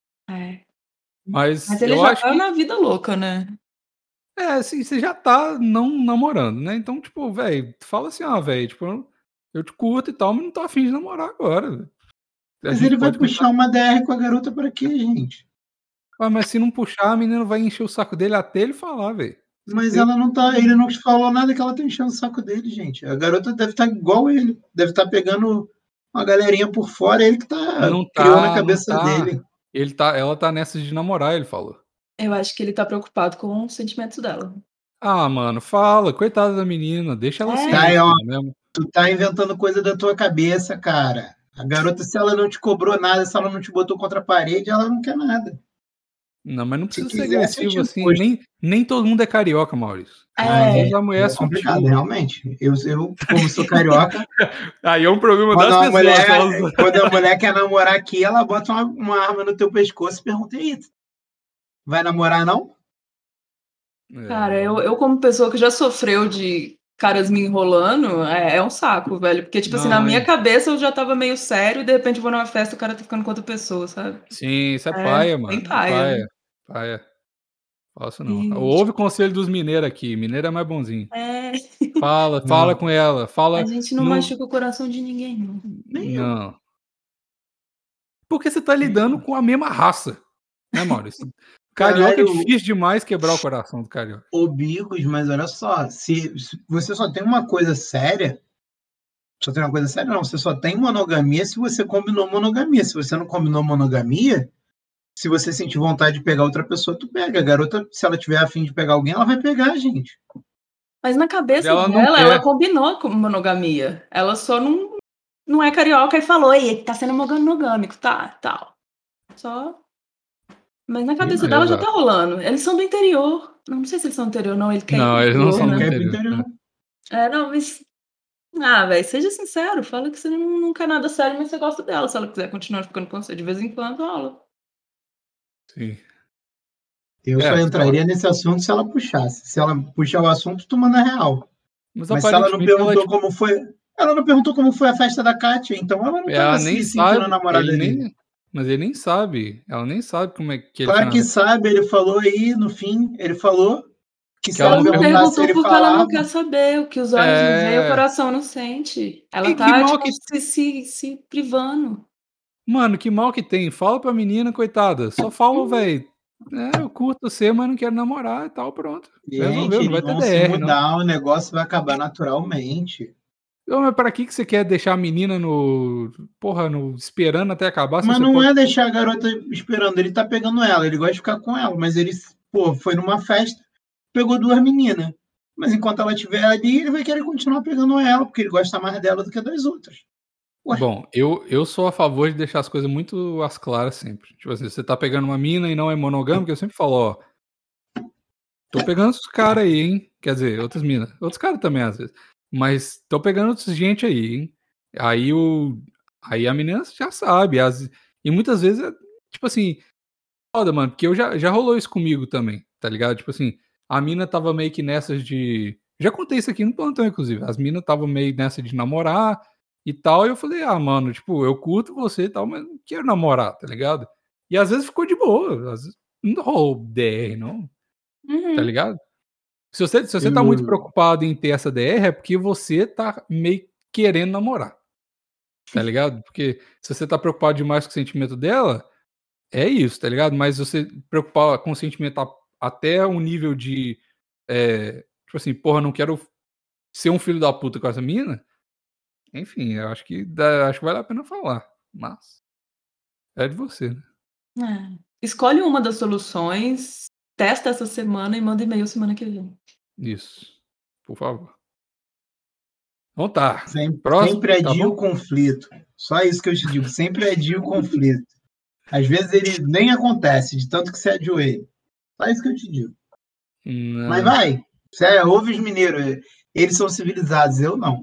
Mas ele já tá na vida louca, né? Assim, você já tá não namorando, né? Então, tipo, velho, fala assim, velho, tipo, eu te curto e tal, mas não tô afim de namorar agora, velho. Mas ele vai puxar uma DR com a garota pra quê, gente? Mas se não puxar, a menina vai encher o saco dele até ele falar, velho. Mas ela não tá, ele não falou nada que ela tá enchendo o saco dele, gente. A garota deve estar igual ele, deve estar pegando uma galerinha por fora, ele que criou na cabeça dele. Ela tá nessa de namorar, ele falou. Eu acho que ele tá preocupado com os sentimentos dela. Ah, mano, fala, coitada da menina, deixa ela assim. Mesmo. Tu tá inventando coisa da tua cabeça, cara. A garota, se ela não te cobrou nada, se ela não te botou contra a parede, ela não quer nada. Não, mas não precisa ser agressivo assim. Nem todo mundo é carioca, Maurício. Às vezes a mulher é complicado, realmente. Eu, como sou carioca. Aí é um problema das pessoas. Quando a mulher quer namorar aqui, ela bota uma arma no teu pescoço e pergunta: e aí, vai namorar, não? Cara, eu como pessoa que já sofreu de caras me enrolando, é um saco, velho. Porque, tipo assim, na minha cabeça eu já tava meio sério e de repente eu vou numa festa e o cara tá ficando com outra pessoa, sabe? Sim, isso é paia, mano. Bem paia. Paia. Faço não. Ouve o conselho dos mineiros aqui. Mineiro é mais bonzinho. Fala com ela. Fala. A gente não machuca o coração de ninguém, não. Não. Porque você tá lidando com a mesma raça, né, Maurício? Carioca é difícil demais quebrar o coração do carioca. Ô, Bigos, mas olha só, se você só tem uma coisa séria, você só tem monogamia se você combinou monogamia. Se você não combinou monogamia, se você sentir vontade de pegar outra pessoa, tu pega. A garota, se ela tiver a fim de pegar alguém, ela vai pegar, gente. Mas na cabeça dela, ela combinou com monogamia. Ela só não é carioca e falou, ei, tá sendo monogâmico, tá, tal. Só... Mas na cabeça dela já tá rolando. Eles são do interior. Não sei se eles são do interior, não. Ele quer não, eles não são do interior. Não, mas... velho, seja sincero. Fala que você não quer nada sério, mas você gosta dela. Se ela quiser continuar ficando com você de vez em quando, rola. Sim. Eu só entraria nesse assunto se ela puxasse. Se ela puxar o assunto, tu manda real. Mas se ela não perguntou como foi... Ela não perguntou como foi a festa da Kátia, então ela não tá nem sentindo a namorada dele. Mas ele nem sabe. Ela nem sabe como é que ele... Claro que sabe, ele falou aí, no fim, ele falou que se ela não perguntou porque falava... ela não quer saber. O que os olhos não veem, o coração não sente. Ela tá se privando. Mano, que mal que tem. Fala pra menina, coitada. Só fala, velho. Eu curto você, mas não quero namorar e tal, pronto. Resolveu, não vai ter DR, se mudar, não. O negócio vai acabar naturalmente. Mas pra que você quer deixar a menina esperando até acabar? Mas não é deixar a garota esperando, ele tá pegando ela, ele gosta de ficar com ela, mas ele, foi numa festa, pegou 2 meninas. Mas enquanto ela estiver ali, ele vai querer continuar pegando ela, porque ele gosta mais dela do que das outras. Ué. Bom, eu sou a favor de deixar as coisas muito às claras sempre. Tipo assim, você tá pegando uma mina e não é monogâmica, eu sempre falo, ó, tô pegando os caras aí, hein? Quer dizer, outras minas. Outros caras também, às vezes. Mas tô pegando outra gente aí, hein? Aí a menina já sabe. E muitas vezes, tipo assim, foda, mano, porque já rolou isso comigo também, tá ligado? Tipo assim, a mina tava meio que nessas de... Já contei isso aqui no plantão, inclusive. As minas estavam meio nessa de namorar e tal, e eu falei, mano, tipo, eu curto você e tal, mas não quero namorar, tá ligado? E às vezes ficou de boa, às vezes não rolou DR, não, tá ligado? Se você tá muito preocupado em ter essa DR, é porque você tá meio querendo namorar, tá ligado? Porque se você tá preocupado demais com o sentimento dela, é isso, tá ligado? Mas você preocupar com o sentimento até um nível de, tipo assim, porra, não quero ser um filho da puta com essa mina, enfim, eu acho que vale a pena falar, mas é de você, né? Escolhe uma das soluções, testa essa semana e manda e-mail semana que vem. Isso, por favor. Então tá. Sempre adia o conflito. Só isso que eu te digo, sempre adia o conflito. Às vezes ele nem acontece, de tanto que você adiou ele. Só isso que eu te digo. Não. Mas vai, você ouve os mineiros, eles são civilizados, eu não.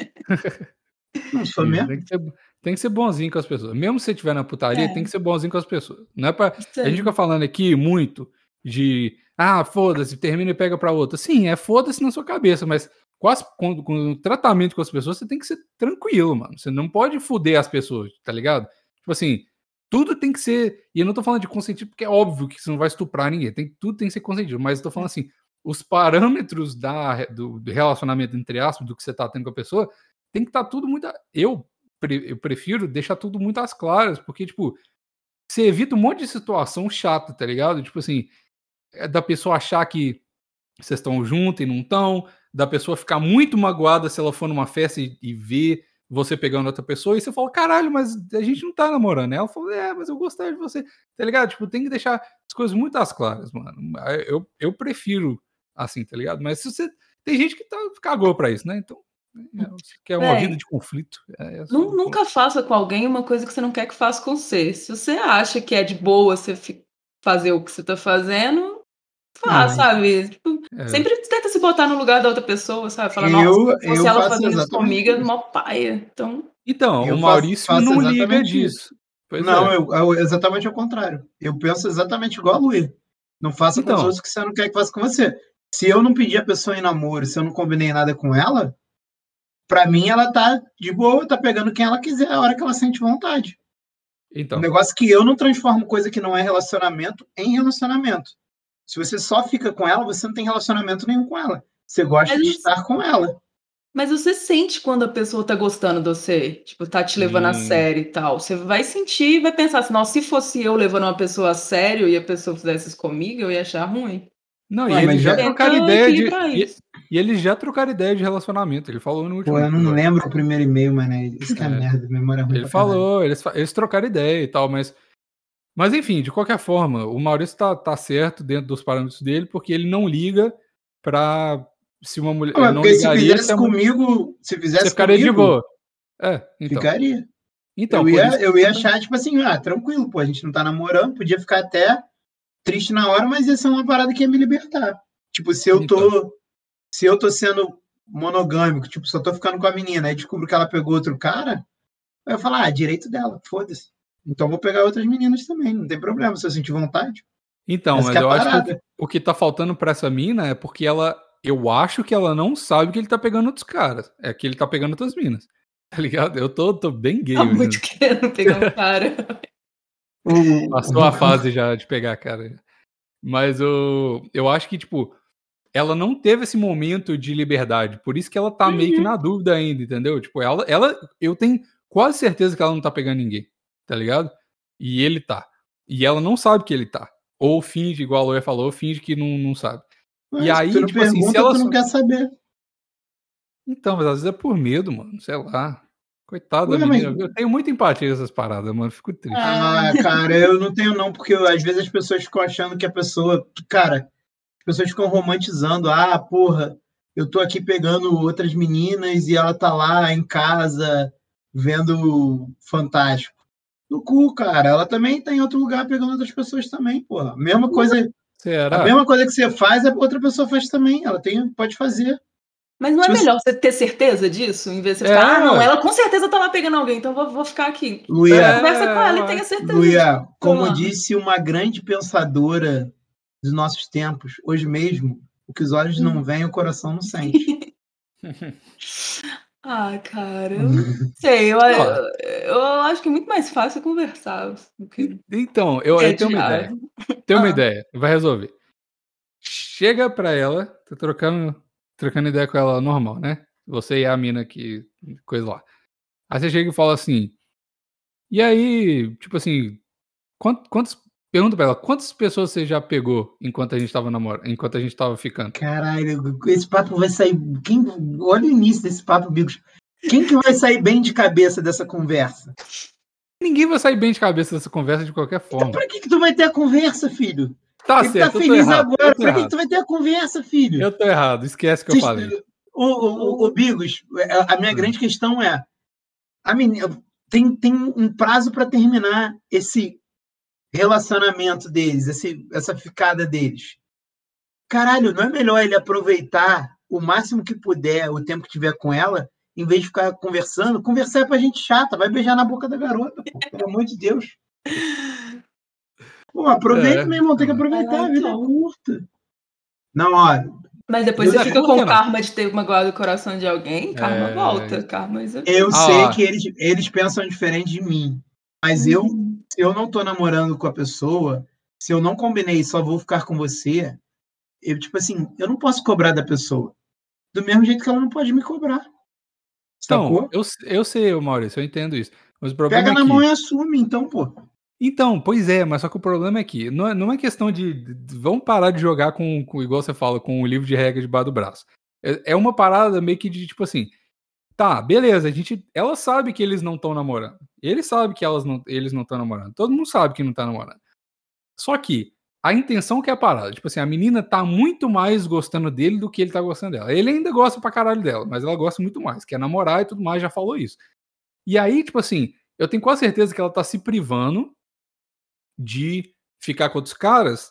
Não sou mesmo. Tem que ser bonzinho com as pessoas. Mesmo se você estiver na putaria, tem que ser bonzinho com as pessoas. Não é pra... A gente fica falando aqui muito de foda-se, termina e pega pra outra. Sim, foda-se na sua cabeça, mas com o tratamento com as pessoas, você tem que ser tranquilo, mano. Você não pode foder as pessoas, tá ligado? Tipo assim, tudo tem que ser... E eu não tô falando de consentido, porque é óbvio que você não vai estuprar ninguém. Tudo tem que ser consentido. Mas eu tô falando assim, os parâmetros do relacionamento, entre aspas, do que você tá tendo com a pessoa, tem que estar tudo muito... Eu prefiro deixar tudo muito às claras, porque, tipo, você evita um monte de situação chata, tá ligado? Tipo assim, da pessoa achar que vocês estão juntos e não estão, da pessoa ficar muito magoada se ela for numa festa e ver você pegando outra pessoa e você fala, caralho, mas a gente não tá namorando. Ela falou, mas eu gostava de você. Tá ligado? Tipo, tem que deixar as coisas muito às claras, mano. Eu prefiro assim, tá ligado? Mas se você... Tem gente que cagou pra isso, né? Então, você quer uma vida de conflito. Nunca faça com alguém uma coisa que você não quer que faça com você. Se você acha que é de boa você fazer o que você tá fazendo, sabe? Tipo, sempre tenta se botar no lugar da outra pessoa, sabe? Falar, nossa, se ela fazendo isso comigo, é mó paia. Então o Maurício não liga disso. Não, eu exatamente ao contrário. Eu penso exatamente igual a Luí. Não faça com os outros que você não quer que faça com você. Se eu não pedir a pessoa em namoro, se eu não combinei nada com ela, pra mim ela tá de boa, tá pegando quem ela quiser, a hora que ela sente vontade. Então. O negócio é que eu não transformo coisa que não é relacionamento em relacionamento. Se você só fica com ela, você não tem relacionamento nenhum com ela. Você gosta de estar com ela. Mas você sente quando a pessoa tá gostando de você, tipo, tá te levando a sério e tal. Você vai sentir e vai pensar assim, nossa, se fosse eu levando uma pessoa a sério e a pessoa fizesse isso comigo, eu ia achar ruim. Não, e eles já trocaram ideia e eles já trocaram ideia de relacionamento. Ele falou no último. Pô, eu não lembro o primeiro e-mail, mano. Isso que é merda, memória ruim. Ele falou, eles trocaram ideia e tal, mas enfim, de qualquer forma, o Maurício tá certo dentro dos parâmetros dele, porque ele não liga pra se uma mulher. Não porque se fizesse comigo, você ficaria de boa. Então. Ficaria. Então, eu ia achar, tipo assim, tranquilo, pô, a gente não tá namorando, podia ficar até triste na hora, mas ia ser uma parada que ia me libertar. Tipo, se eu tô sendo monogâmico, tipo, só tô ficando com a menina, aí descubro que ela pegou outro cara, eu ia falar, direito dela, foda-se. Então vou pegar outras meninas também, não tem problema, se eu sentir vontade. Então, mas eu acho que o que tá faltando pra essa mina é porque eu acho que ela não sabe que ele tá pegando outros caras, é que ele tá pegando outras minas. Tá ligado? Eu tô bem gay. Tá muito querendo pegar um cara. Passou a fase já de pegar, cara. Mas eu acho que, tipo, ela não teve esse momento de liberdade. Por isso que ela tá meio que na dúvida ainda, entendeu? Tipo, eu tenho quase certeza que ela não tá pegando ninguém, tá ligado? E ele tá. E ela não sabe que ele tá. Ou finge, igual a Loia falou, finge que não sabe. Mas, e aí, tipo assim, se ela tu não quer saber. Então, mas às vezes é por medo, mano. Sei lá. Coitada da menina. Eu tenho muita empatia nessas paradas, mano. Fico triste. Cara, eu não tenho não, porque às vezes as pessoas ficam achando que a pessoa... Cara, as pessoas ficam romantizando. Porra, eu tô aqui pegando outras meninas e ela tá lá em casa vendo Fantástico. No cu, cara. Ela também tá em outro lugar pegando outras pessoas também, porra. Mesma coisa... Será? A mesma coisa que você faz, a outra pessoa faz também. Ela pode fazer. Mas não é melhor você ter certeza disso? Em vez de você ficar, não, ela com certeza tá lá pegando alguém, então vou ficar aqui. Luia, conversa com ela e tenha certeza. Luia, como disse uma grande pensadora dos nossos tempos, hoje mesmo, o que os olhos não veem, o coração não sente. Cara, eu não sei. Eu acho que é muito mais fácil conversar. Então, eu tenho uma ideia. Tenho uma ideia. Vai resolver. Chega pra ela, tá trocando ideia com ela normal, né? Você e a mina que... Coisa lá. Aí você chega e fala assim... E aí, tipo assim... Pergunta pra ela, quantas pessoas você já pegou enquanto a gente tava namorando, enquanto a gente tava ficando? Caralho, esse papo vai sair... Olha o início desse papo, Bigos. Quem que vai sair bem de cabeça dessa conversa? Ninguém vai sair bem de cabeça dessa conversa de qualquer forma. Então pra que tu vai ter a conversa, filho? Tá Ele certo, tá feliz agora. Pra que tu vai ter a conversa, filho? Eu tô errado, esquece que eu falei. O Bigos, a minha grande questão é... A menina tem um prazo para terminar esse relacionamento deles, essa ficada deles. Caralho, não é melhor ele aproveitar o máximo que puder, o tempo que tiver com ela, em vez de ficar conversando? Conversar é pra gente chata, vai beijar na boca da garota, pô, pelo amor de Deus. Pô, aproveita, meu irmão, tem que aproveitar, a vida é curta. Não, olha... Mas depois você fica com karma de ter magoado o coração de alguém, karma volta. Karma eu sei que eles pensam diferente de mim, mas se eu não tô namorando com a pessoa, se eu não combinei e só vou ficar com você, tipo assim, eu não posso cobrar da pessoa. Do mesmo jeito que ela não pode me cobrar. Então, eu sei, Maurício, eu entendo isso. Mas o problema Pega na mão e assume, então, pô. Então, pois é, mas só que o problema é que não é questão de vamos parar de jogar com, igual você fala, com o livro de regra debaixo do braço. É uma parada meio que de, tipo assim, tá, beleza, ela sabe que eles não estão namorando. Ele sabe que eles não estão namorando. Todo mundo sabe que não tá namorando. Só que a intenção que é a parada. Tipo assim, a menina tá muito mais gostando dele do que ele tá gostando dela. Ele ainda gosta pra caralho dela, mas ela gosta muito mais. Quer namorar e tudo mais, já falou isso. E aí, tipo assim, eu tenho quase certeza que ela tá se privando de ficar com outros caras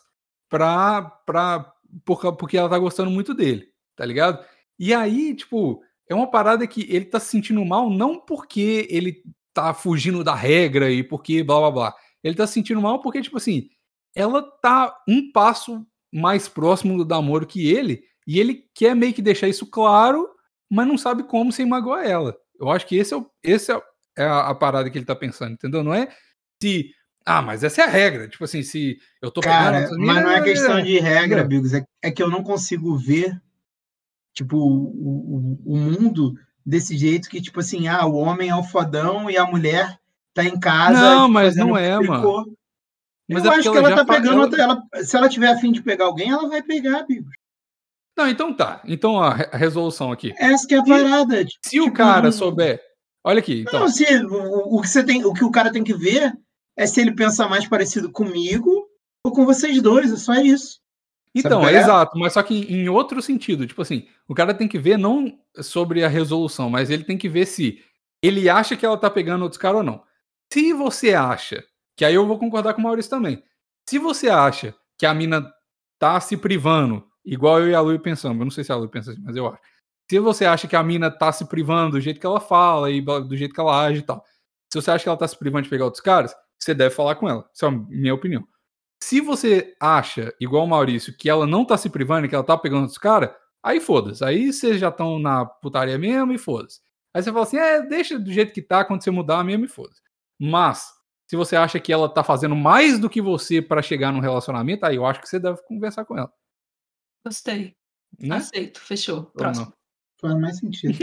porque ela tá gostando muito dele, tá ligado? E aí, tipo, é uma parada que ele tá se sentindo mal não porque ele tá fugindo da regra e porque blá blá blá. Ele tá se sentindo mal porque, tipo assim, ela tá um passo mais próximo do namoro que ele, e ele quer meio que deixar isso claro, mas não sabe como sem magoar ela. Eu acho que esse é a parada que ele tá pensando, entendeu? Não é se... mas essa é a regra. Tipo assim, se eu tô Cara, pegando... mas não é questão de regra, Bigos. É que eu não consigo ver, tipo, o mundo desse jeito que, tipo assim, o homem é o fodão e a mulher tá em casa, não, tipo, mas fazendo não é, tricô. mano. Mas eu é acho que ela tá pegando... se ela tiver a fim de pegar alguém, ela vai pegar, Bigos. Não, então tá. Então a resolução aqui. Essa que é a parada. Se o cara souber... Olha aqui, então. Não, o que o cara tem que ver é se ele pensa mais parecido comigo ou com vocês dois, é só isso. Então, exato, mas só que em outro sentido. Tipo assim, o cara tem que ver não sobre a resolução, mas ele tem que ver se ele acha que ela tá pegando outros caras ou não. Se você acha, que aí eu vou concordar com o Maurício também. Se você acha que a mina tá se privando, igual eu e a Lui pensamos, eu não sei se a Lui pensa assim, mas eu acho. Se você acha que a mina tá se privando do jeito que ela fala e do jeito que ela age e tal, se você acha que ela tá se privando de pegar outros caras, você deve falar com ela. Essa é a minha opinião. Se você acha, igual o Maurício, que ela não tá se privando e que ela tá pegando outros caras, aí foda-se. Aí vocês já estão na putaria mesmo e foda-se. Aí você fala assim, deixa do jeito que tá, quando você mudar mesmo e foda-se. Mas, se você acha que ela tá fazendo mais do que você pra chegar num relacionamento, aí eu acho que você deve conversar com ela. Gostei. Né? Aceito. Fechou. Próximo. Faz mais sentido.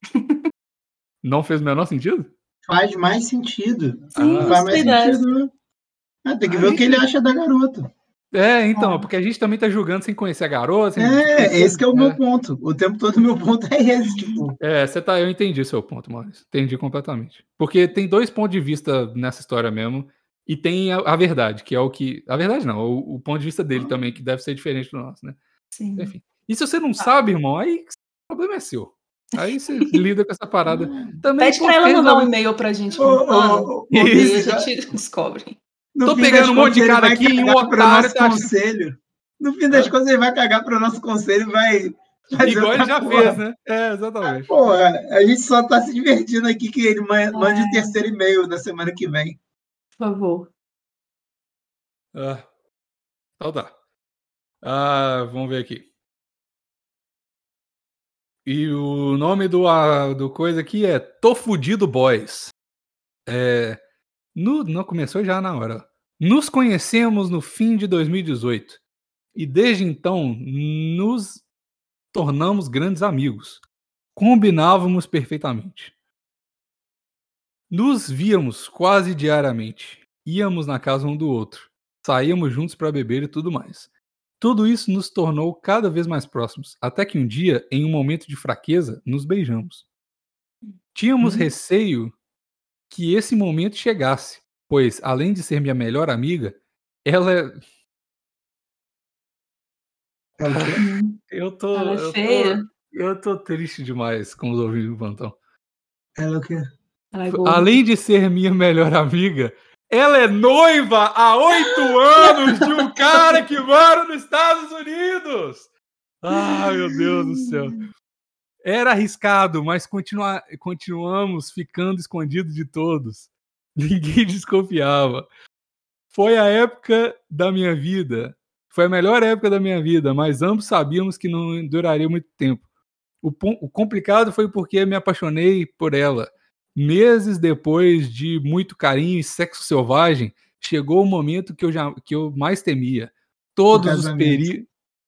Não fez o menor sentido? Faz mais sentido. Sim, faz mais sentido. Tem que ver o que ele acha da garota. Então, porque a gente também tá julgando sem conhecer a garota. Esse que é o meu ponto. O tempo todo o meu ponto é esse. Tipo. Eu entendi o seu ponto, Maurício. Entendi completamente. Porque tem dois pontos de vista nessa história mesmo. E tem a verdade, que é o que... A verdade não, o ponto de vista dele também, que deve ser diferente do nosso, né? Sim. Enfim. E se você não sabe, irmão, aí o problema é seu. Aí você lida com essa parada. Também pede pra ela mandar um e-mail pra gente contando. E aí a gente descobre. Tô pegando um monte de cara aqui e um otário tá conselho. No fim das contas, ele vai cagar pro nosso conselho e vai igual ele já fez, né? Exatamente. Porra, a gente só tá se divertindo aqui que ele mande o terceiro e-mail na semana que vem. Por favor. Então tá. Vamos ver aqui. E o nome do coisa aqui é Tô Fudido Boys. Não começou já na hora. Nos conhecemos no fim de 2018. E desde então nos tornamos grandes amigos. Combinávamos perfeitamente. Nos víamos quase diariamente. Íamos na casa um do outro. Saíamos juntos para beber e tudo mais. Tudo isso nos tornou cada vez mais próximos, até que um dia, em um momento de fraqueza, nos beijamos. Tínhamos receio que esse momento chegasse, pois, além de ser minha melhor amiga, ela é... Eu tô triste demais com os ouvintes do plantão. Ela é o quê? Além de ser minha melhor amiga, ela é noiva há 8 anos de um cara que mora nos Estados Unidos. Ai, meu Deus do céu. Era arriscado, mas continuamos ficando escondidos de todos. Ninguém desconfiava. Foi a época da minha vida. Foi a melhor época da minha vida, mas ambos sabíamos que não duraria muito tempo. O complicado foi porque me apaixonei por ela. Meses depois de muito carinho e sexo selvagem, chegou o momento que eu mais temia. Todos os perigos...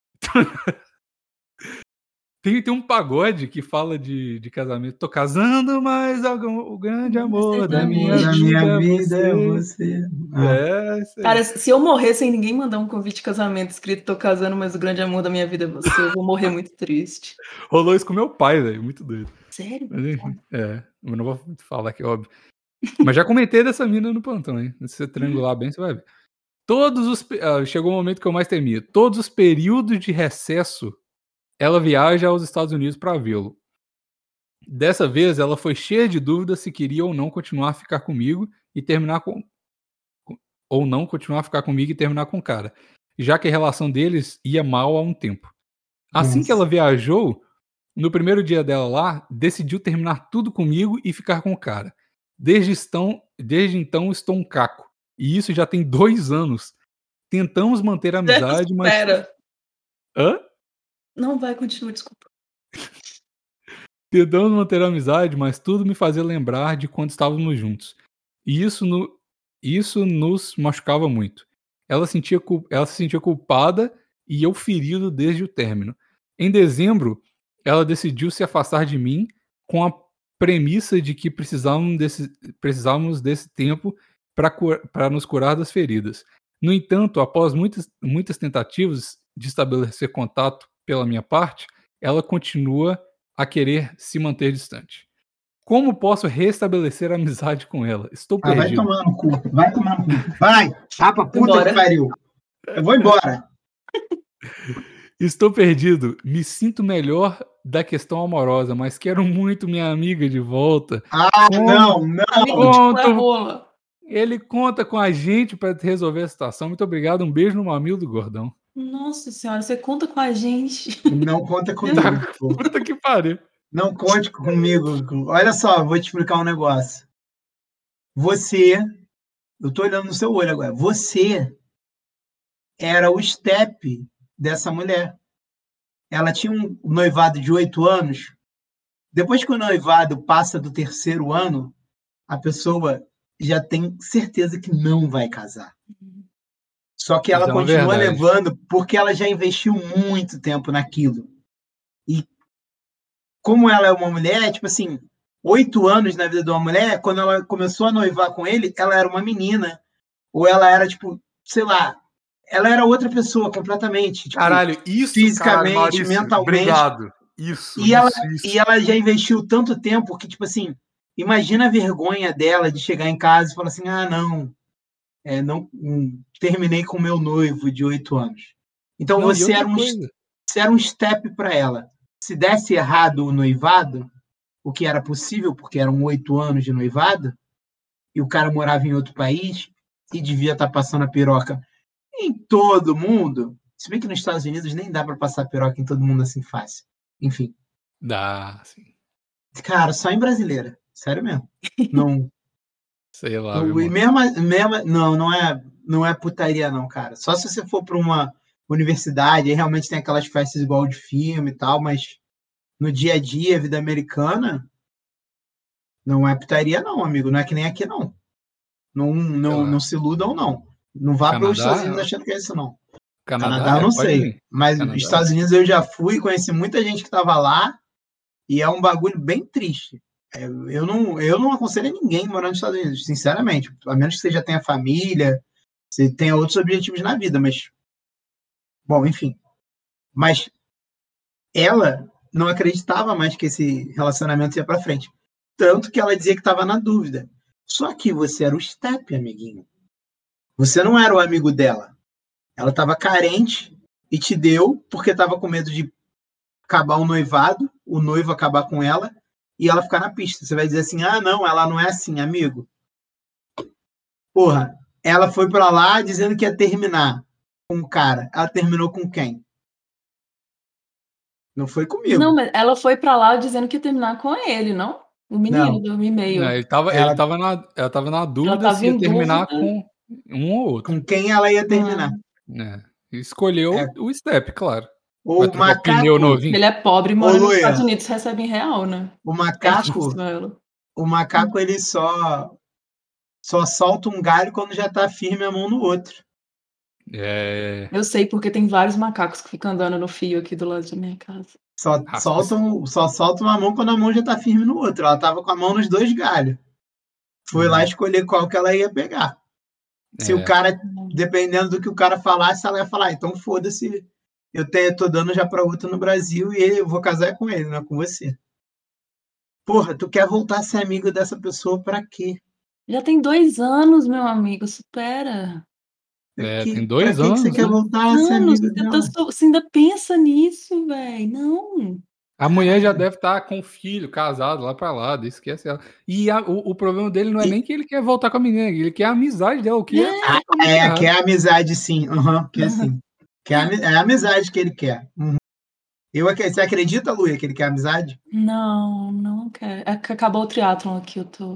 Tem um pagode que fala de casamento. Tô casando, mas o grande amor da minha vida é você. Isso aí. Cara, se eu morrer sem ninguém mandar um convite de casamento escrito tô casando, mas o grande amor da minha vida é você, eu vou morrer muito triste. Rolou isso com meu pai, velho. Muito doido. Sério? Eu não vou falar que é óbvio. Mas já comentei dessa mina no plantão, hein? Se você triangular bem, você vai ver. Chegou o momento que eu mais temia. Todos os períodos de recesso, ela viaja aos Estados Unidos para vê-lo. Dessa vez, ela foi cheia de dúvidas se queria ou não continuar a ficar comigo e terminar ou não continuar a ficar comigo e terminar com o cara, já que a relação deles ia mal há um tempo. Assim que ela viajou, no primeiro dia dela lá, decidiu terminar tudo comigo e ficar com o cara. Desde então estou um caco. E isso já tem 2 anos. Tentamos manter a amizade, mas... Espera. Hã? Não vai, continua, desculpa. Tentamos manter a amizade, mas tudo me fazia lembrar de quando estávamos juntos. E isso nos machucava muito. Ela se sentia culpada e eu ferido desde o término. Em dezembro, ela decidiu se afastar de mim com a premissa de que precisávamos desse tempo para nos curar das feridas. No entanto, após muitas tentativas de estabelecer contato pela minha parte, ela continua a querer se manter distante. Como posso restabelecer a amizade com ela? Estou perdido. Vai tomar no cu. Vai tomar no cu. Vai! Tapa puta que pariu. Eu vou embora. Estou perdido. Me sinto melhor da questão amorosa, mas quero muito minha amiga de volta. Não. Ele conta com a gente para resolver a situação. Muito obrigado. Um beijo no mamilo do gordão. Nossa senhora, você conta com a gente. Não conta comigo. Puta que pariu. Não conte comigo. Olha só, vou te explicar um negócio. Eu tô olhando no seu olho agora. Você era o step dessa mulher. Ela tinha um noivado de 8 anos. Depois que o noivado passa do 3º ano, a pessoa já tem certeza que não vai casar. Só que ela continua levando porque ela já investiu muito tempo naquilo. E como ela é uma mulher, tipo assim, 8 anos na vida de uma mulher, quando ela começou a noivar com ele, ela era uma menina. Ou ela era, tipo, sei lá, ela era outra pessoa completamente. Tipo, caralho, isso, fisicamente, Maurício, mentalmente. Obrigado. Isso. E ela já investiu tanto tempo que, tipo assim, imagina a vergonha dela de chegar em casa e falar assim, não terminei com meu noivo de 8 anos. Então você era um step para ela. Se desse errado o noivado, o que era possível, porque eram 8 anos de noivado, e o cara morava em outro país e devia estar passando a piroca em todo mundo, se bem que nos Estados Unidos nem dá para passar piroca em todo mundo assim fácil. Enfim. Dá, sim. Cara, só em brasileira. Sério mesmo. Não... Sei lá. Não é putaria não, cara. Só se você for para uma universidade, aí realmente tem aquelas festas igual de filme e tal, mas no dia a dia, vida americana, não é putaria não, amigo. Não é que nem aqui, não. Não se iludam, não. Não vá para os Estados Unidos achando que é isso, não. Canadá eu não sei. Mas nos Estados Unidos eu já fui, conheci muita gente que estava lá e é um bagulho bem triste. Eu não aconselho ninguém morar nos Estados Unidos, sinceramente. A menos que você já tenha família, você tenha outros objetivos na vida, mas... Bom, enfim. Mas ela não acreditava mais que esse relacionamento ia para frente. Tanto que ela dizia que estava na dúvida. Só que você era o step, amiguinho. Você não era o amigo dela. Ela estava carente e te deu porque estava com medo de acabar o noivado, o noivo acabar com ela e ela ficar na pista. Você vai dizer assim, não, ela não é assim, amigo. Porra, ela foi pra lá dizendo que ia terminar com o cara. Ela terminou com quem? Não foi comigo. Não, mas ela foi pra lá dizendo que ia terminar com ele, não? O menino do e-mail. Ela tava na dúvida se ia terminar com um ou outro. Com quem ela ia terminar. Escolheu o step, claro. O macaco, ele é pobre, mora nos Estados Unidos, recebe em real, né? O macaco ele só solta um galho quando já tá firme a mão no outro. Eu sei, porque tem vários macacos que ficam andando no fio aqui do lado da minha casa. Só solta uma mão quando a mão já tá firme no outro. Ela tava com a mão nos 2 galhos. Foi lá escolher qual que ela ia pegar. Se o cara, dependendo do que o cara falasse, ela ia falar, então foda-se, eu tô dando já pra outra no Brasil e eu vou casar com ele, não é com você. Porra, tu quer voltar a ser amigo dessa pessoa pra quê? Já tem 2 anos, meu amigo, supera. Tem Pra 2 que anos. você quer voltar a ser amigo dela? Você ainda pensa nisso, velho? Não. A mulher já deve estar com o filho, casado, lá pra lá, esquece ela. E o problema dele não é nem que ele quer voltar com a menina, ele quer a amizade dela, o que é totalmente errado. Quer amizade, sim. Quer sim. É a amizade que ele quer. Você acredita, Luia, que ele quer amizade? Não quer. É que acabou o triatlon aqui, eu tô...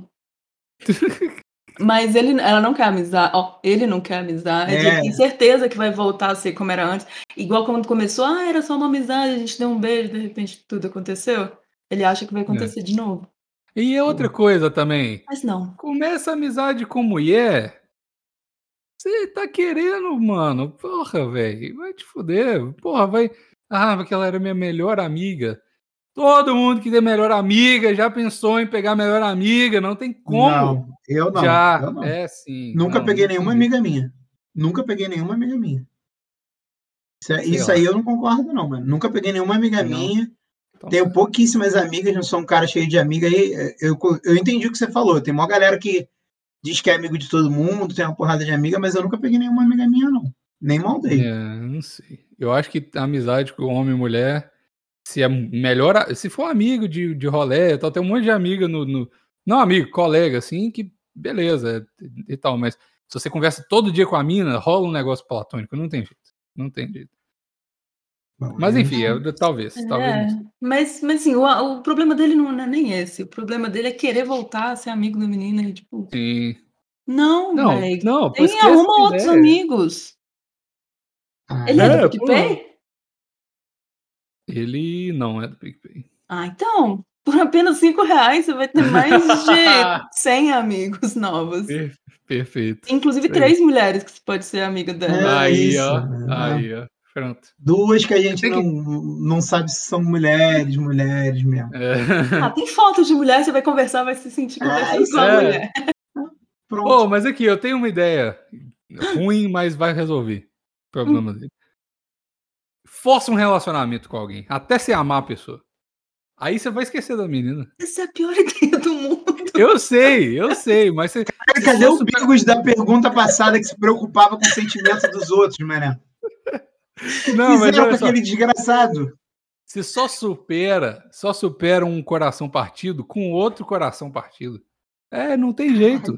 Mas ela não quer amizade. Ele não quer amizade. Ele tem certeza que vai voltar a ser como era antes. Igual quando começou, era só uma amizade, a gente deu um beijo, de repente tudo aconteceu. Ele acha que vai acontecer de novo. E outra coisa também. Mas não. Começa a amizade com mulher. Você tá querendo, mano. Porra, velho. Vai te fuder. Porra, vai. Porque ela era minha melhor amiga. Todo mundo que tem melhor amiga já pensou em pegar melhor amiga. Não tem como. Não, eu não. Já. Eu não. É sim. Nunca não, peguei não nenhuma amiga minha. Nunca peguei nenhuma amiga minha. Isso aí eu não concordo, não, mano. Nunca peguei nenhuma amiga minha. Então, tenho pouquíssimas amigas, não sou um cara cheio de amiga. Aí eu entendi o que você falou. Tem uma galera que diz que é amigo de todo mundo, tem uma porrada de amiga, mas eu nunca peguei nenhuma amiga minha, não. Nem maldei. Não sei. Eu acho que a amizade com homem e mulher, se é melhor, se for amigo de rolê, tal, tem um monte de amiga não amigo, colega, assim, que beleza e tal, mas se você conversa todo dia com a mina, rola um negócio platônico, não tem jeito. Não tem jeito. Bom, mas enfim, talvez. Mas assim, o problema dele não é nem esse. O problema dele é querer voltar a ser amigo da menina e tipo... Sim. Não, velho. Não, tem arruma outros amigos. Ele é do PicPay? Ele não é do PicPay. Então, por apenas R$5 você vai ter mais de 100 amigos novos. Perfeito. Inclusive 3 mulheres que você pode ser amiga dela. Aí, ó. Pronto. 2 que a gente não sabe se são mulheres mesmo. Tem foto de mulher, você vai conversar, vai se sentir conversando com a mulher. Pronto. Mas aqui, eu tenho uma ideia ruim, mas vai resolver o problema dele. Força um relacionamento com alguém, até você amar a pessoa. Aí você vai esquecer da menina. Essa é a pior ideia do mundo. Eu sei, mas você... Cadê o Bigos da pergunta passada que se preocupava com o sentimento dos outros, mané? Não, mas olha só, aquele desgraçado. Você só supera um coração partido com outro coração partido. Não tem jeito.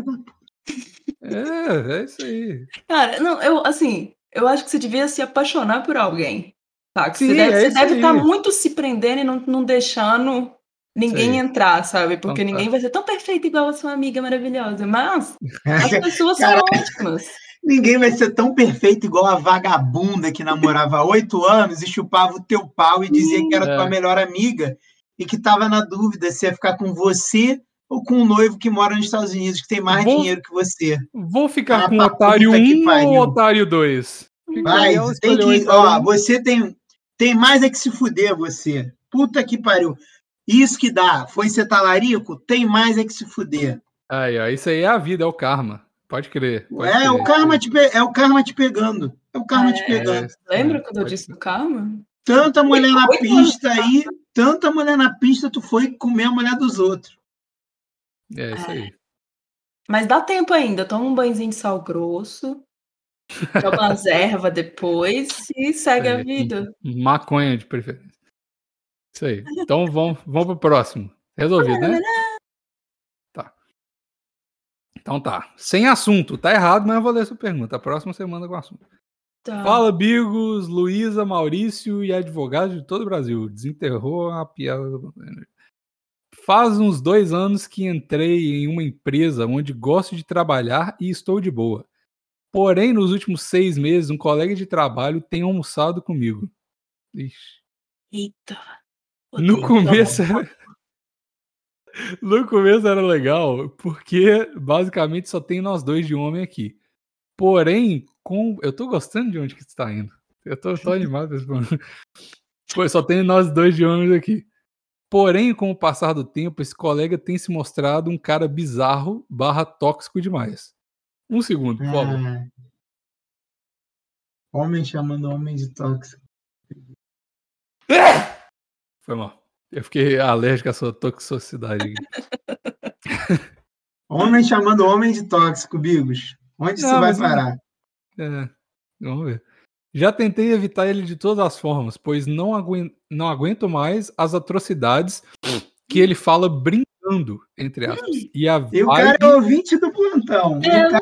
É isso aí. Cara, não, eu acho que você devia se apaixonar por alguém. Tá? Sim, você deve estar muito se prendendo e não deixando ninguém entrar, sabe? Porque ninguém vai ser tão perfeito igual a sua amiga maravilhosa. Mas as pessoas são ótimas. Ninguém vai ser tão perfeito igual a vagabunda que namorava há 8 anos e chupava o teu pau e dizia que era tua melhor amiga e que tava na dúvida se ia ficar com você ou com um noivo que mora nos Estados Unidos, que tem mais dinheiro que você. Vou ficar com o otário 1 ou otário 2? Vai, você tem mais é que se fuder, você. Puta que pariu. Isso que dá. Foi ser talarico? Tem mais é que se fuder. Isso aí é a vida, é o karma. Pode crer. O karma te pegando. É o karma te pegando. Lembra quando eu disse do karma? Tanta mulher na pista aí, tanta mulher na pista, tu foi comer a mulher dos outros. É isso aí. Mas dá tempo ainda. Toma um banhozinho de sal grosso, joga umas ervas depois e segue a vida. Maconha de preferência. Isso aí. Então vamos pro próximo. Resolvido, né? Tá. Então tá. Sem assunto. Tá errado, mas eu vou ler essa pergunta. A próxima semana com assunto. Tá. Fala, Bigos, Luísa, Maurício e advogados de todo o Brasil. Desenterrou a piada. Faz uns 2 anos que entrei em uma empresa onde gosto de trabalhar e estou de boa. Porém, nos últimos 6 meses, um colega de trabalho tem almoçado comigo. Ixi. Eita. No começo era legal, porque basicamente só tem nós 2 de homem aqui. Porém, eu tô gostando de onde que você tá indo. Eu tô animado. Só tem nós 2 de homens aqui. Porém, com o passar do tempo, esse colega tem se mostrado um cara bizarro / tóxico demais. 1 segundo, por favor. Homem chamando homem de tóxico. Foi mal. Eu fiquei alérgico à sua toxicidade. Homem chamando homem de tóxico, Bigos. Onde isso vai parar? Vamos ver. Já tentei evitar ele de todas as formas, pois não aguento mais as atrocidades que ele fala brincando, entre aspas. E o cara é ouvinte do plantão.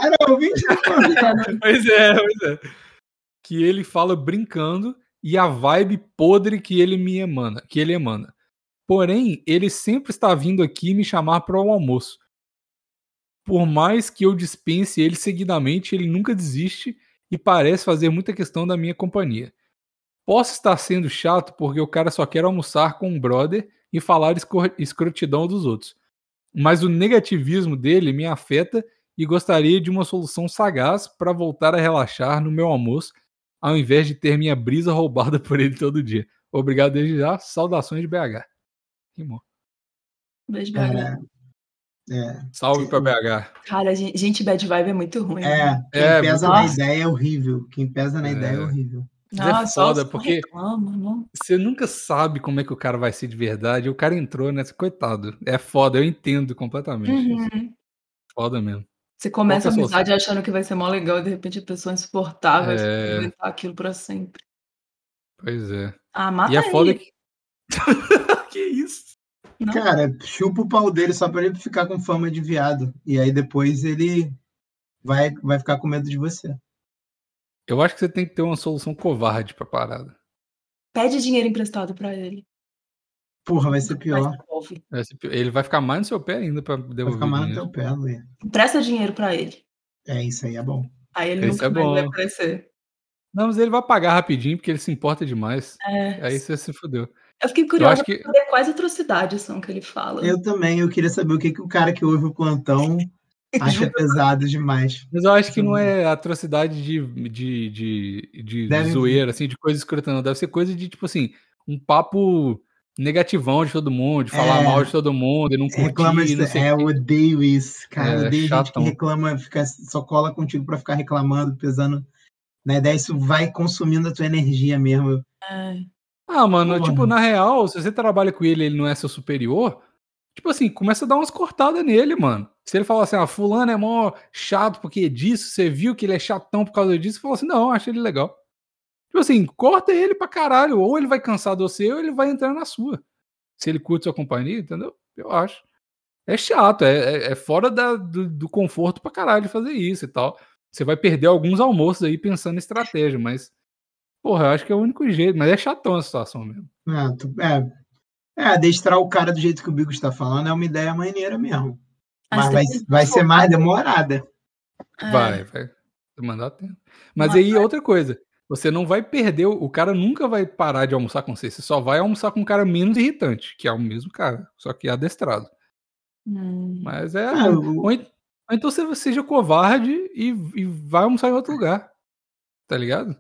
Pois é. Que ele fala brincando e a vibe podre que ele emana. Porém, ele sempre está vindo aqui me chamar para o almoço. Por mais que eu dispense ele seguidamente, ele nunca desiste e parece fazer muita questão da minha companhia. Posso estar sendo chato porque o cara só quer almoçar com um brother e falar escrotidão dos outros. Mas o negativismo dele me afeta e gostaria de uma solução sagaz para voltar a relaxar no meu almoço, ao invés de ter minha brisa roubada por ele todo dia. Obrigado desde já. Saudações de BH. Rimou. Beijo, BH. Salve pra BH. Cara, gente, bad vibe é muito ruim. Quem pesa na ideia é horrível. Quem pesa na ideia é horrível. Não, é foda, porque reclama, você nunca sabe como é que o cara vai ser de verdade. O cara entrou nessa, coitado. É foda, eu entendo completamente isso. Foda mesmo. Você começa a amizade achando que vai ser mó legal e de repente a pessoa é insuportável, você vai inventar aquilo pra sempre. Pois é. Mata e é foda que... Que isso? Não. Cara, chupa o pau dele só pra ele ficar com fama de viado. E aí depois ele vai ficar com medo de você. Eu acho que você tem que ter uma solução covarde pra parada. Pede dinheiro emprestado pra ele. Porra, vai ser pior. Ele vai ficar mais no seu pé ainda pra devolver. Vai ficar mais no teu pé, Luiz. Empresta dinheiro pra ele. Isso aí é bom. Aí ele nunca mais vai aparecer. Não, mas ele vai pagar rapidinho porque ele se importa demais. Aí você se fudeu. Eu fiquei curiosa pra saber quais atrocidades são que ele fala. Eu também, eu queria saber o que o cara que ouve o plantão acha pesado demais. Mas eu acho que não é atrocidade de zoeira, assim, de coisa escrota, não. Deve ser coisa de, tipo assim, um papo negativão de todo mundo, de falar mal de todo mundo, e não curtir, não sei eu odeio isso, cara. Eu odeio chatão. Gente que reclama, só cola contigo pra ficar reclamando, pesando. Na ideia, isso vai consumindo a tua energia mesmo. Mano, tipo, na real, se você trabalha com ele e ele não é seu superior, tipo assim, começa a dar umas cortadas nele, mano. Se ele falar assim, fulano é mó chato porque disso, você viu que ele é chatão por causa disso, você fala assim, não, eu acho ele legal. Tipo assim, corta ele pra caralho, ou ele vai cansar de você, ou ele vai entrar na sua. Se ele curte sua companhia, entendeu? Eu acho. É chato, é fora do conforto pra caralho de fazer isso e tal. Você vai perder alguns almoços aí pensando em estratégia, mas... Porra, eu acho que é o único jeito, mas é chatão a situação mesmo. Adestrar o cara do jeito que o Bigo está falando é uma ideia maneira mesmo. Mas vai ser mais demorada. Vai demandar tempo. Mas aí, outra coisa, você não vai perder, o cara nunca vai parar de almoçar com você só vai almoçar com um cara menos irritante, que é o mesmo cara, só que adestrado. Mas ou então você seja covarde e vai almoçar em outro lugar, tá ligado?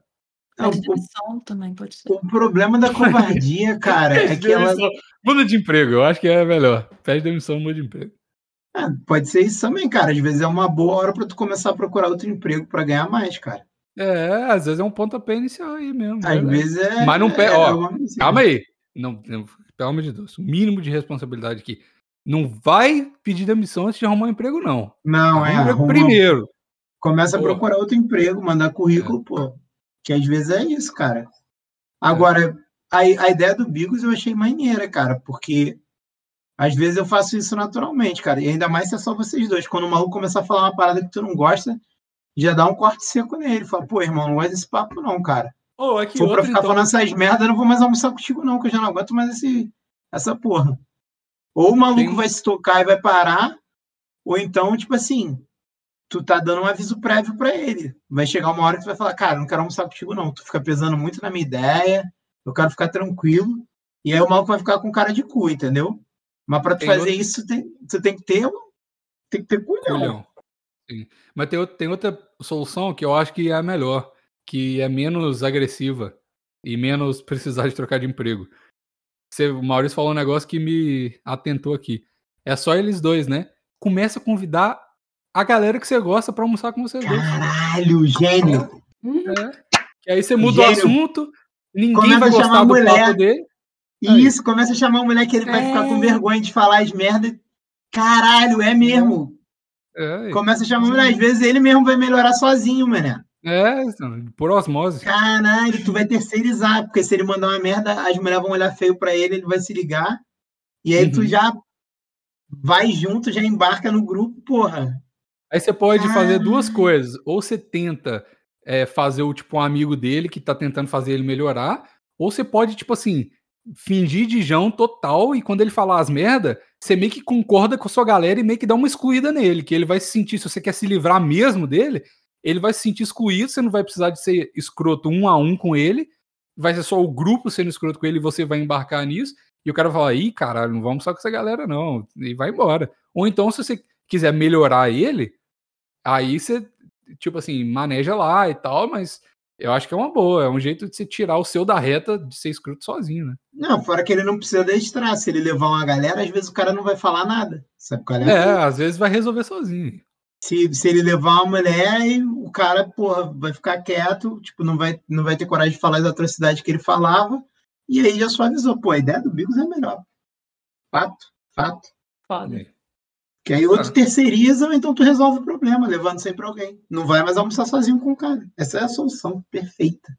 Também pode ser. O problema da covardia, cara, é que ela... Muda de emprego, eu acho que é melhor. Pede demissão, muda de emprego. Pode ser isso também, cara. Às vezes é uma boa hora pra tu começar a procurar outro emprego pra ganhar mais, cara. Às vezes é um pontapé inicial aí mesmo. Às vezes é... Mas não calma aí. Não, pelo amor de Deus. O mínimo de responsabilidade aqui. Não vai pedir demissão antes de arrumar um emprego, não. Não, arruma primeiro. Começa a procurar outro emprego, mandar currículo, que às vezes é isso, cara. Agora, a ideia do Bigos eu achei maneira, cara, porque às vezes eu faço isso naturalmente, cara, e ainda mais se é só vocês dois. Quando o maluco começar a falar uma parada que tu não gosta, já dá um corte seco nele. Fala, pô, irmão, não gosto desse papo não, cara. Se for pra ficar falando essas merdas, eu não vou mais almoçar contigo não, que eu já não aguento mais essa porra. Ou o maluco vai se tocar e vai parar, ou então, tipo assim... tu tá dando um aviso prévio pra ele. Vai chegar uma hora que tu vai falar, cara, não quero almoçar contigo não, tu fica pesando muito na minha ideia, eu quero ficar tranquilo, e aí o maluco vai ficar com cara de cu, entendeu? Mas pra tu fazer isso, tu tem que ter culhão. Sim. Mas tem outra solução que eu acho que é a melhor, que é menos agressiva e menos precisar de trocar de emprego. O Maurício falou um negócio que me atentou aqui. É só eles dois, né? Começa a convidar a galera que você gosta pra almoçar com vocês dois. Caralho, gênio! Que aí você muda o assunto, ninguém vai gostar do papo dele. Isso, começa a chamar o moleque, ele vai ficar com vergonha de falar as merdas. Caralho, é mesmo. Começa a chamar o moleque, às vezes ele mesmo vai melhorar sozinho, mané. Por osmose. Caralho, tu vai terceirizar, porque se ele mandar uma merda, as mulheres vão olhar feio pra ele, ele vai se ligar, e aí tu já vai junto, já embarca no grupo, porra. Aí você pode fazer duas coisas, ou você tenta fazer o tipo um amigo dele que tá tentando fazer ele melhorar, ou você pode, tipo assim, fingir de jão total, e quando ele falar as merda, você meio que concorda com a sua galera e meio que dá uma excluída nele, que ele vai se sentir, se você quer se livrar mesmo dele, ele vai se sentir excluído, você não vai precisar de ser escroto 1 a 1 com ele, vai ser só o grupo sendo escroto com ele e você vai embarcar nisso, e o cara vai falar, ih, caralho, não vamos só com essa galera não, e vai embora. Ou então, se você quiser melhorar ele, aí você, tipo assim, maneja lá e tal, mas eu acho que é uma boa, é um jeito de você tirar o seu da reta de ser escroto sozinho, né? Não, fora que ele não precisa destrar, se ele levar uma galera, às vezes o cara não vai falar nada, sabe qual é? Às vezes vai resolver sozinho. Se ele levar uma mulher, o cara, porra, vai ficar quieto, tipo, não vai ter coragem de falar as atrocidades que ele falava, e aí já suavizou. Pô, a ideia do Bigos é melhor. Fato. Foda. Que aí outros terceirizam, então tu resolve o problema, levando sempre alguém. Não vai mais almoçar sozinho com o cara. Essa é a solução perfeita.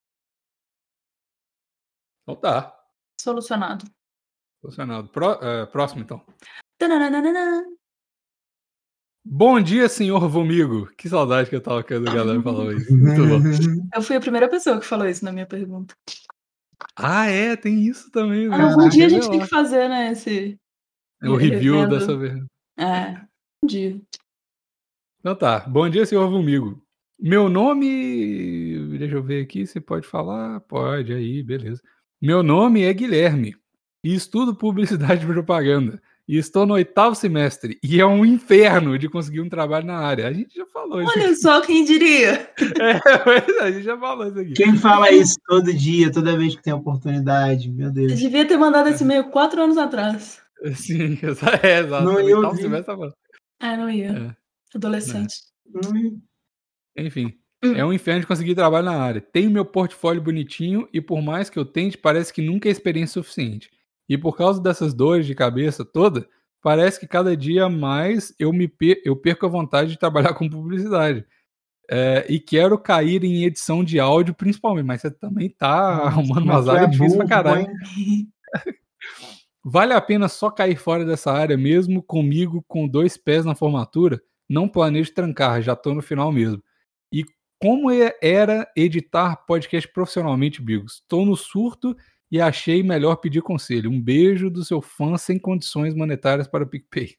Então tá. Solucionado. Próximo, então. Tananana. Bom dia, senhor Vomigo. Que saudade que eu tava quando a galera falava isso. Muito bom. Eu fui a primeira pessoa que falou isso na minha pergunta. Tem isso também. Né? Um dia a gente tem que fazer, né, o review dessa vez. Um dia. Então tá. Bom dia, senhor Vomigo. Meu nome... Deixa eu ver aqui, você pode falar? Pode, aí, beleza. Meu nome é Guilherme e estudo publicidade e propaganda. E estou no 8º semestre. E é um inferno de conseguir um trabalho na área. A gente já falou isso. Olha só, quem diria? A gente já falou isso aqui. Quem fala isso todo dia, toda vez que tem oportunidade? Meu Deus. Eu devia ter mandado esse e-mail 4 anos atrás. Sim, exato. Não ia ouvir. Não ia. Adolescente. Não ia. Enfim. É um inferno de conseguir trabalho na área. Tenho meu portfólio bonitinho e por mais que eu tente, parece que nunca é experiência suficiente. E por causa dessas dores de cabeça toda, parece que cada dia mais eu perco a vontade de trabalhar com publicidade. E quero cair em edição de áudio principalmente, mas você também tá arrumando umas áreas difíceis pra caralho. Vale a pena só cair fora dessa área mesmo comigo com 2 pés na formatura? Não planejo trancar, já tô no final mesmo. E como era editar podcast profissionalmente, Bigos? Tô no surto e achei melhor pedir conselho. Um beijo do seu fã sem condições monetárias para o PicPay.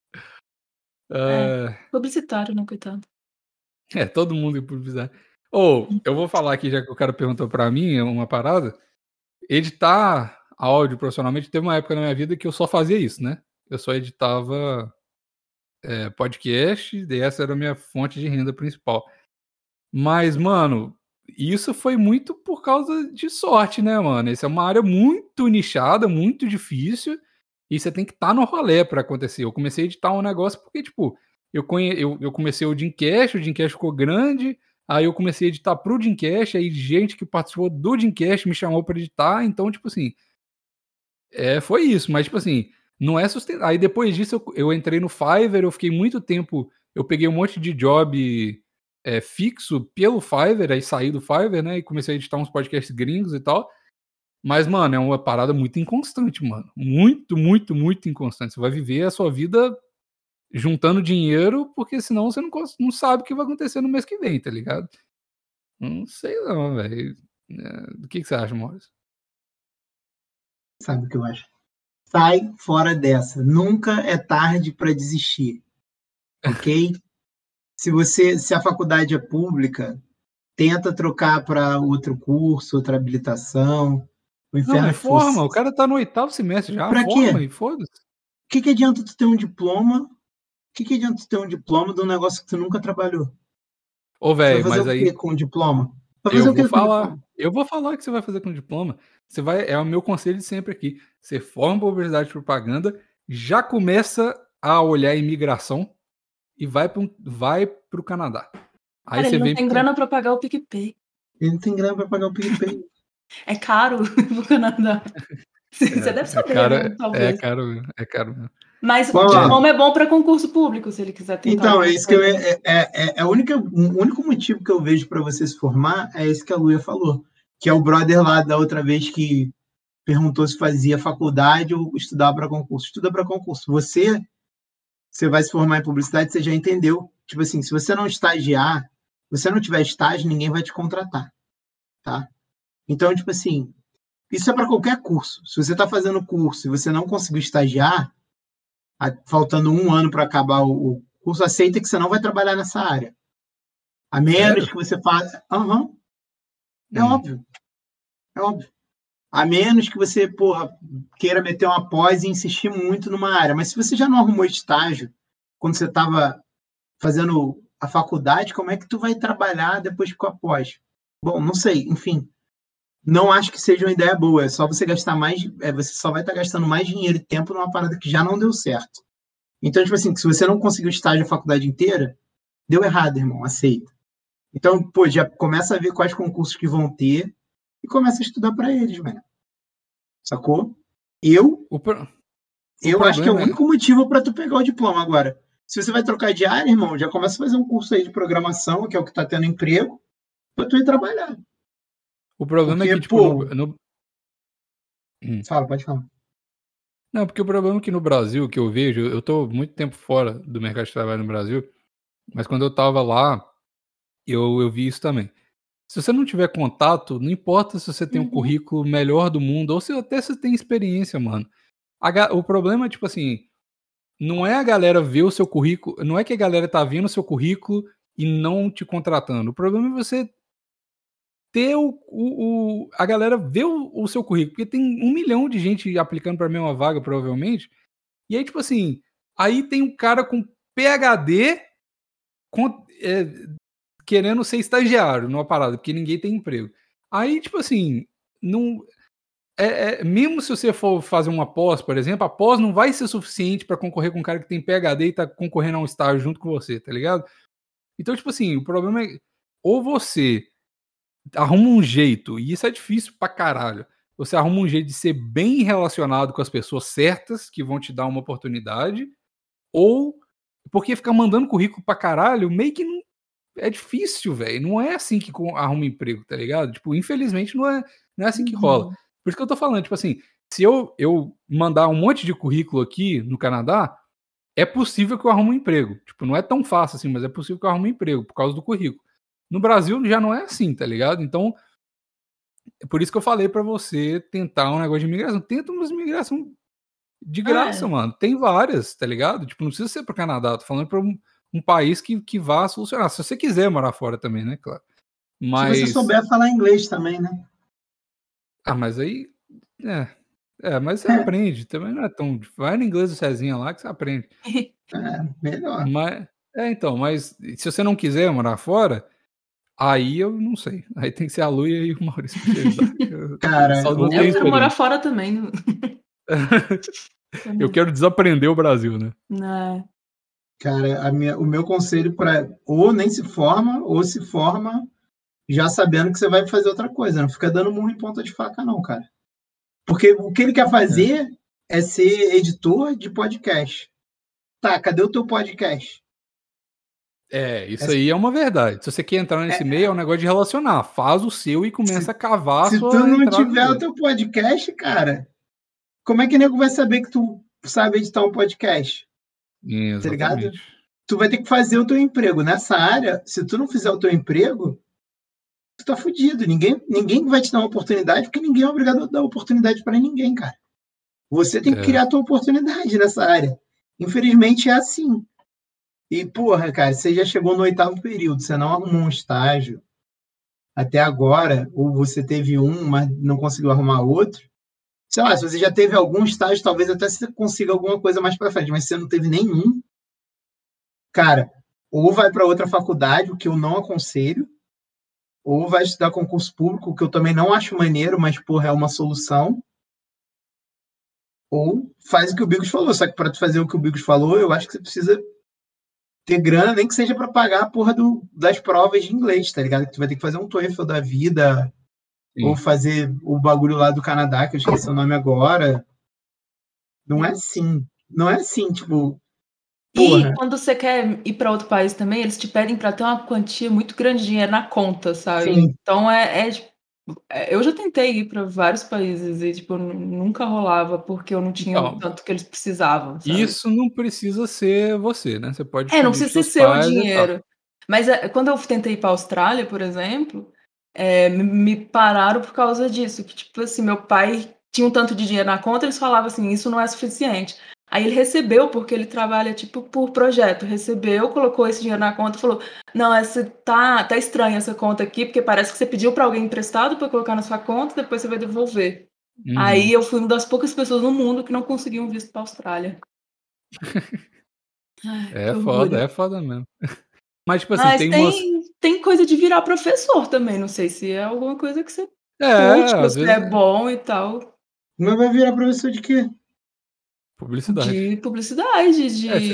Publicitário, né, coitado? Todo mundo em publicidade. Eu vou falar aqui, já que o cara perguntou para mim uma parada. Editar áudio profissionalmente, teve uma época na minha vida que eu só fazia isso, né? Eu só editava podcast, e essa era a minha fonte de renda principal. Mas, mano, isso foi muito por causa de sorte, né, mano? Essa é uma área muito nichada, muito difícil, e você tem que estar no rolê para acontecer. Eu comecei a editar um negócio porque, tipo, eu comecei o Dreamcast ficou grande, aí eu comecei a editar pro Dreamcast, aí gente que participou do Dreamcast me chamou para editar, então, tipo assim, foi isso, mas, tipo assim, não é sustentável. Aí depois disso eu entrei no Fiverr, eu fiquei muito tempo, eu peguei um monte de job fixo pelo Fiverr, aí saí do Fiverr, né, e comecei a editar uns podcasts gringos e tal, mas, mano, é uma parada muito inconstante, mano, muito, muito, muito inconstante. Você vai viver a sua vida juntando dinheiro, porque senão você não sabe o que vai acontecer no mês que vem, tá ligado? Não sei não, velho. O que você acha, Maurício? Sabe o que eu acho? Sai fora dessa. Nunca é tarde para desistir, ok? Se a faculdade é pública, tenta trocar para outro curso, outra habilitação. O inferno não, forma. O cara tá no 8º semestre já. Pra forma quê? E foda-se. O que adianta tu ter um diploma? O que adianta tu ter um diploma de um negócio que tu nunca trabalhou? Velho, mas aí... Vai fazer o quê com o diploma? Eu vou falar o que você vai fazer com o diploma. É o meu conselho de sempre aqui. Você forma publicidade e propaganda, já começa a olhar a imigração e vai pro Canadá. Aí cara, você ele não tem grana pra pagar o PicPay. Ele não tem grana pra pagar o PicPay. É caro pro Canadá. Você deve saber, né? Talvez. É caro mesmo. Mas o diploma é bom para concurso público, se ele quiser tentar. Então, é isso que o único motivo que eu vejo para você se formar é esse que a Luia falou, que é o brother lá da outra vez que perguntou se fazia faculdade ou estudava para concurso. Estuda para concurso. Você vai se formar em publicidade, você já entendeu. Tipo assim, se você não estagiar, se você não tiver estágio, ninguém vai te contratar, tá? Então, tipo assim, isso é para qualquer curso. Se você está fazendo curso e você não conseguiu estagiar, faltando 1 ano para acabar o curso, aceita que você não vai trabalhar nessa área. A menos que você faça... É óbvio. É óbvio. A menos que você, queira meter uma pós e insistir muito numa área. Mas se você já não arrumou estágio quando você estava fazendo a faculdade, como é que tu vai trabalhar depois com a pós? Bom, não sei. Enfim, não acho que seja uma ideia boa. É só você gastar mais... você só vai estar gastando mais dinheiro e tempo numa parada que já não deu certo. Então, tipo assim, se você não conseguiu estágio a faculdade inteira, deu errado, irmão. Aceita. Então, já começa a ver quais concursos que vão ter e começa a estudar para eles, velho. Sacou? Eu acho que é o único motivo para tu pegar o diploma. Agora, se você vai trocar de área, irmão, já começa a fazer um curso aí de programação, que é o que tá tendo emprego, para tu ir trabalhar. O problema é que, Fala, pode falar. Não, porque o problema é que no Brasil, que eu vejo, eu tô muito tempo fora do mercado de trabalho no Brasil, mas quando eu tava lá, eu vi isso também. Se você não tiver contato, não importa se você tem um currículo melhor do mundo, ou se até você tem experiência, mano. O problema é, tipo assim, não é a galera ver o seu currículo, não é que a galera tá vendo o seu currículo e não te contratando. O problema é você ter a galera ver o seu currículo, porque tem 1 milhão de gente aplicando para a mesma vaga, provavelmente, e aí, tipo assim, aí tem um cara com PhD querendo ser estagiário numa parada, porque ninguém tem emprego. Aí, tipo assim, não... mesmo se você for fazer uma pós, por exemplo, a pós não vai ser suficiente para concorrer com um cara que tem PhD e tá concorrendo a um estágio junto com você, tá ligado? Então, tipo assim, o problema é ou você arruma um jeito, e isso é difícil pra caralho, você arruma um jeito de ser bem relacionado com as pessoas certas que vão te dar uma oportunidade, ou porque ficar mandando currículo pra caralho, meio que não é difícil, velho. Não é assim que arruma emprego, tá ligado? Tipo, infelizmente não é assim que rola. Por isso que eu tô falando, tipo assim, se eu mandar um monte de currículo aqui no Canadá, é possível que eu arrume um emprego. Tipo, não é tão fácil assim, mas é possível que eu arrume um emprego por causa do currículo. No Brasil já não é assim, tá ligado? Então, é por isso que eu falei pra você tentar um negócio de imigração. Tenta umas imigração de graça, mano. Tem várias, tá ligado? Tipo, não precisa ser pro Canadá. Tô falando pra um país que vá solucionar. Se você quiser morar fora também, né? Claro. Mas... Se você souber falar inglês também, né? Mas aí... mas você aprende. Também não é tão... Vai no inglês do Cezinha lá que você aprende. Melhor. Mas se você não quiser morar fora, aí eu não sei. Aí tem que ser a Luia e o Maurício pra te ajudar. Cara, eu quero morar fora também. Eu quero desaprender o Brasil, né? Não. Cara, o meu conselho para ou nem se forma, ou se forma já sabendo que você vai fazer outra coisa. Não fica dando murro em ponta de faca, não, cara. Porque o que ele quer fazer é ser editor de podcast. Tá, cadê o teu podcast? Isso aí é uma verdade. Se você quer entrar nesse meio, é um negócio de relacionar. Faz o seu e começa a cavar a sua entrada. Se tu não tiver o teu podcast, cara, como é que o nego vai saber que tu sabe editar um podcast? Exatamente. Tá ligado? Tu vai ter que fazer o teu emprego. Nessa área, se tu não fizer o teu emprego, tu tá fudido. Ninguém vai te dar uma oportunidade, porque ninguém é obrigado a dar oportunidade para ninguém, cara. Você tem que criar a tua oportunidade nessa área. Infelizmente é assim. E, porra, cara, você já chegou no 8º período, você não arrumou um estágio até agora, ou você teve um, mas não conseguiu arrumar outro. Sei lá, se você já teve algum estágio, talvez até você consiga alguma coisa mais para frente, mas se você não teve nenhum, cara, ou vai para outra faculdade, o que eu não aconselho, ou vai estudar concurso público, o que eu também não acho maneiro, mas, porra, é uma solução. Ou faz o que o Bigos falou, só que para tu fazer o que o Bigos falou, eu acho que você precisa ter grana, nem que seja para pagar a porra das provas de inglês, tá ligado? Que tu vai ter que fazer um TOEFL da vida, Sim. Ou fazer o bagulho lá do Canadá, que eu esqueci o nome agora. Não é assim. Não é assim, tipo... Porra. E quando você quer ir para outro país também, eles te pedem para ter uma quantia muito grande de dinheiro na conta, sabe? Sim. Então eu já tentei ir para vários países e tipo nunca rolava porque eu não tinha o tanto que eles precisavam, sabe? Isso não precisa ser você, né? Você pode não precisa ser o dinheiro. Mas quando eu tentei ir para a Austrália, por exemplo, me pararam por causa disso, que tipo assim, meu pai tinha um tanto de dinheiro na conta, eles falavam assim, isso não é suficiente. Aí ele recebeu, porque ele trabalha tipo por projeto, recebeu, colocou esse dinheiro na conta e falou, não, essa tá estranha essa conta aqui, porque parece que você pediu para alguém emprestado para colocar na sua conta, depois você vai devolver. Aí eu fui uma das poucas pessoas no mundo que não conseguiam visto para a Austrália. É foda mesmo. Mas tipo assim, tem coisa de virar professor também, não sei se é alguma coisa que você curte, que você é bom e tal. Mas vai virar professor de quê? Publicidade. De publicidade,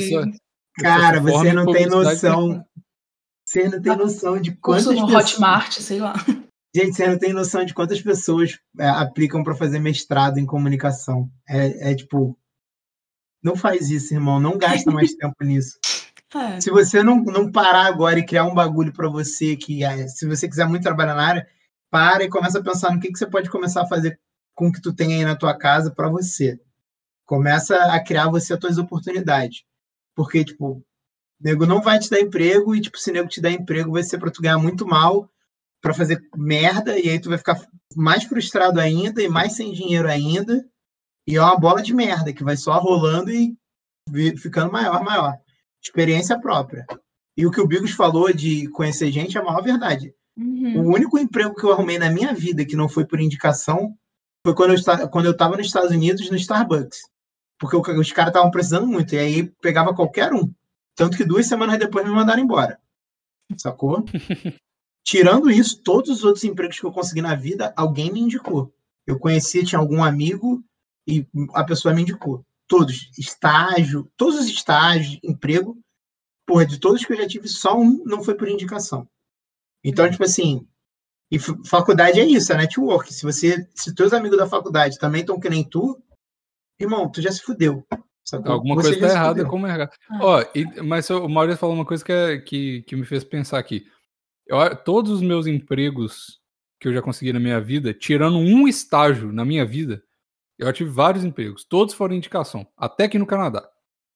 Cara, você não tem noção. Você não tem noção de quantas pessoas... Curso no Hotmart, sei lá. Gente, você não tem noção de quantas pessoas aplicam para fazer mestrado em comunicação. Tipo... Não faz isso, irmão. Não gasta mais tempo nisso. Se você não parar agora e criar um bagulho para você, se você quiser muito trabalhar na área, para e começa a pensar no que você pode começar a fazer com o que tu tem aí na tua casa para você. Começa a criar você as tuas oportunidades. Porque, tipo, nego não vai te dar emprego e, tipo, se nego te dar emprego vai ser para tu ganhar muito mal, para fazer merda, e aí tu vai ficar mais frustrado ainda e mais sem dinheiro ainda. E é uma bola de merda que vai só rolando e ficando maior. Experiência própria. E o que o Bigos falou de conhecer gente é a maior verdade. O único emprego que eu arrumei na minha vida que não foi por indicação foi quando eu estava nos Estados Unidos, no Starbucks. Porque os caras estavam precisando muito. E aí pegava qualquer um. Tanto que 2 semanas depois me mandaram embora. Sacou? Tirando isso, todos os outros empregos que eu consegui na vida, alguém me indicou. Eu conhecia, tinha algum amigo e a pessoa me indicou. Todos. Estágio, todos os estágios, emprego. Porra, de todos que eu já tive, só um não foi por indicação. Então, tipo assim, e faculdade é isso, é network. Se teus amigos da faculdade também estão que nem tu, irmão, tu já se fudeu. Sacou? Alguma coisa tá errada com o mercado. Mas o Maurício falou uma coisa que me fez pensar aqui. Todos os meus empregos que eu já consegui na minha vida, tirando um estágio na minha vida, eu tive vários empregos. Todos foram indicação. Até aqui no Canadá.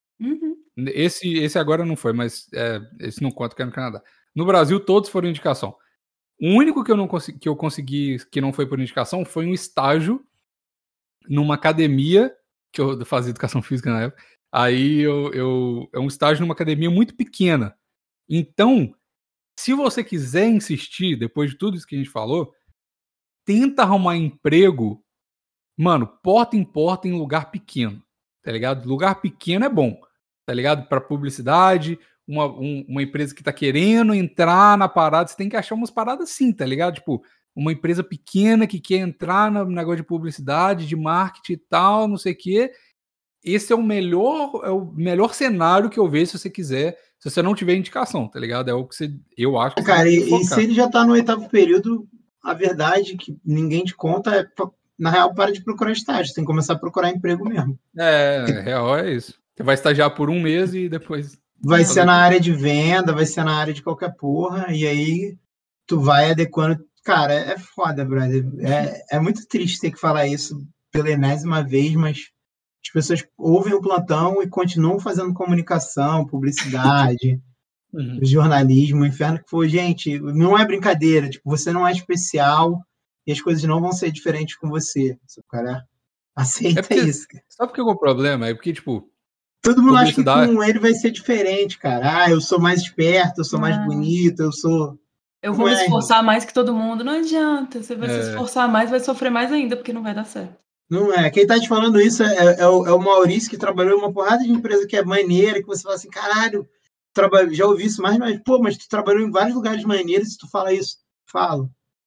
Esse agora não foi, mas esse não conta que é no Canadá. No Brasil, todos foram indicação. O único que eu consegui que não foi por indicação foi um estágio numa academia, que eu fazia educação física na época. Aí é um estágio numa academia muito pequena. Então, se você quiser insistir, depois de tudo isso que a gente falou, tenta arrumar emprego, mano, porta em porta em lugar pequeno, tá ligado? Lugar pequeno é bom, tá ligado? Pra publicidade, uma empresa que tá querendo entrar na parada, você tem que achar umas paradas assim, tá ligado? Tipo, uma empresa pequena que quer entrar no negócio de publicidade, de marketing e tal, não sei o quê. Esse é o melhor cenário que eu vejo se você quiser, se você não tiver indicação, tá ligado? É o que eu acho que cara, e se ele já tá no 8º período, a verdade que ninguém te conta é, na real, para de procurar estágio, você tem que começar a procurar emprego mesmo. Real é isso. Você vai estagiar por 1 mês e depois... Vai ser na área de venda, vai ser na área de qualquer porra, e aí tu vai adequando. Cara, é foda, brother. É muito triste ter que falar isso pela enésima vez, mas as pessoas ouvem o plantão e continuam fazendo comunicação, publicidade, jornalismo, o inferno que foi. Gente, não é brincadeira. Tipo, você não é especial e as coisas não vão ser diferentes com você. Cara, aceita isso. Sabe por que é o problema? É porque, tipo, todo mundo acha que com ele vai ser diferente, cara. Eu sou mais esperto, eu sou mais bonito, eu vou me esforçar mais que todo mundo. Não adianta. Você vai se esforçar mais, vai sofrer mais ainda, porque não vai dar certo. Não é. Quem tá te falando isso é o Maurício, que trabalhou em uma porrada de empresa que é maneira, que você fala assim, caralho, já ouvi isso mais, mas tu trabalhou em vários lugares maneiros, se tu fala isso, fala.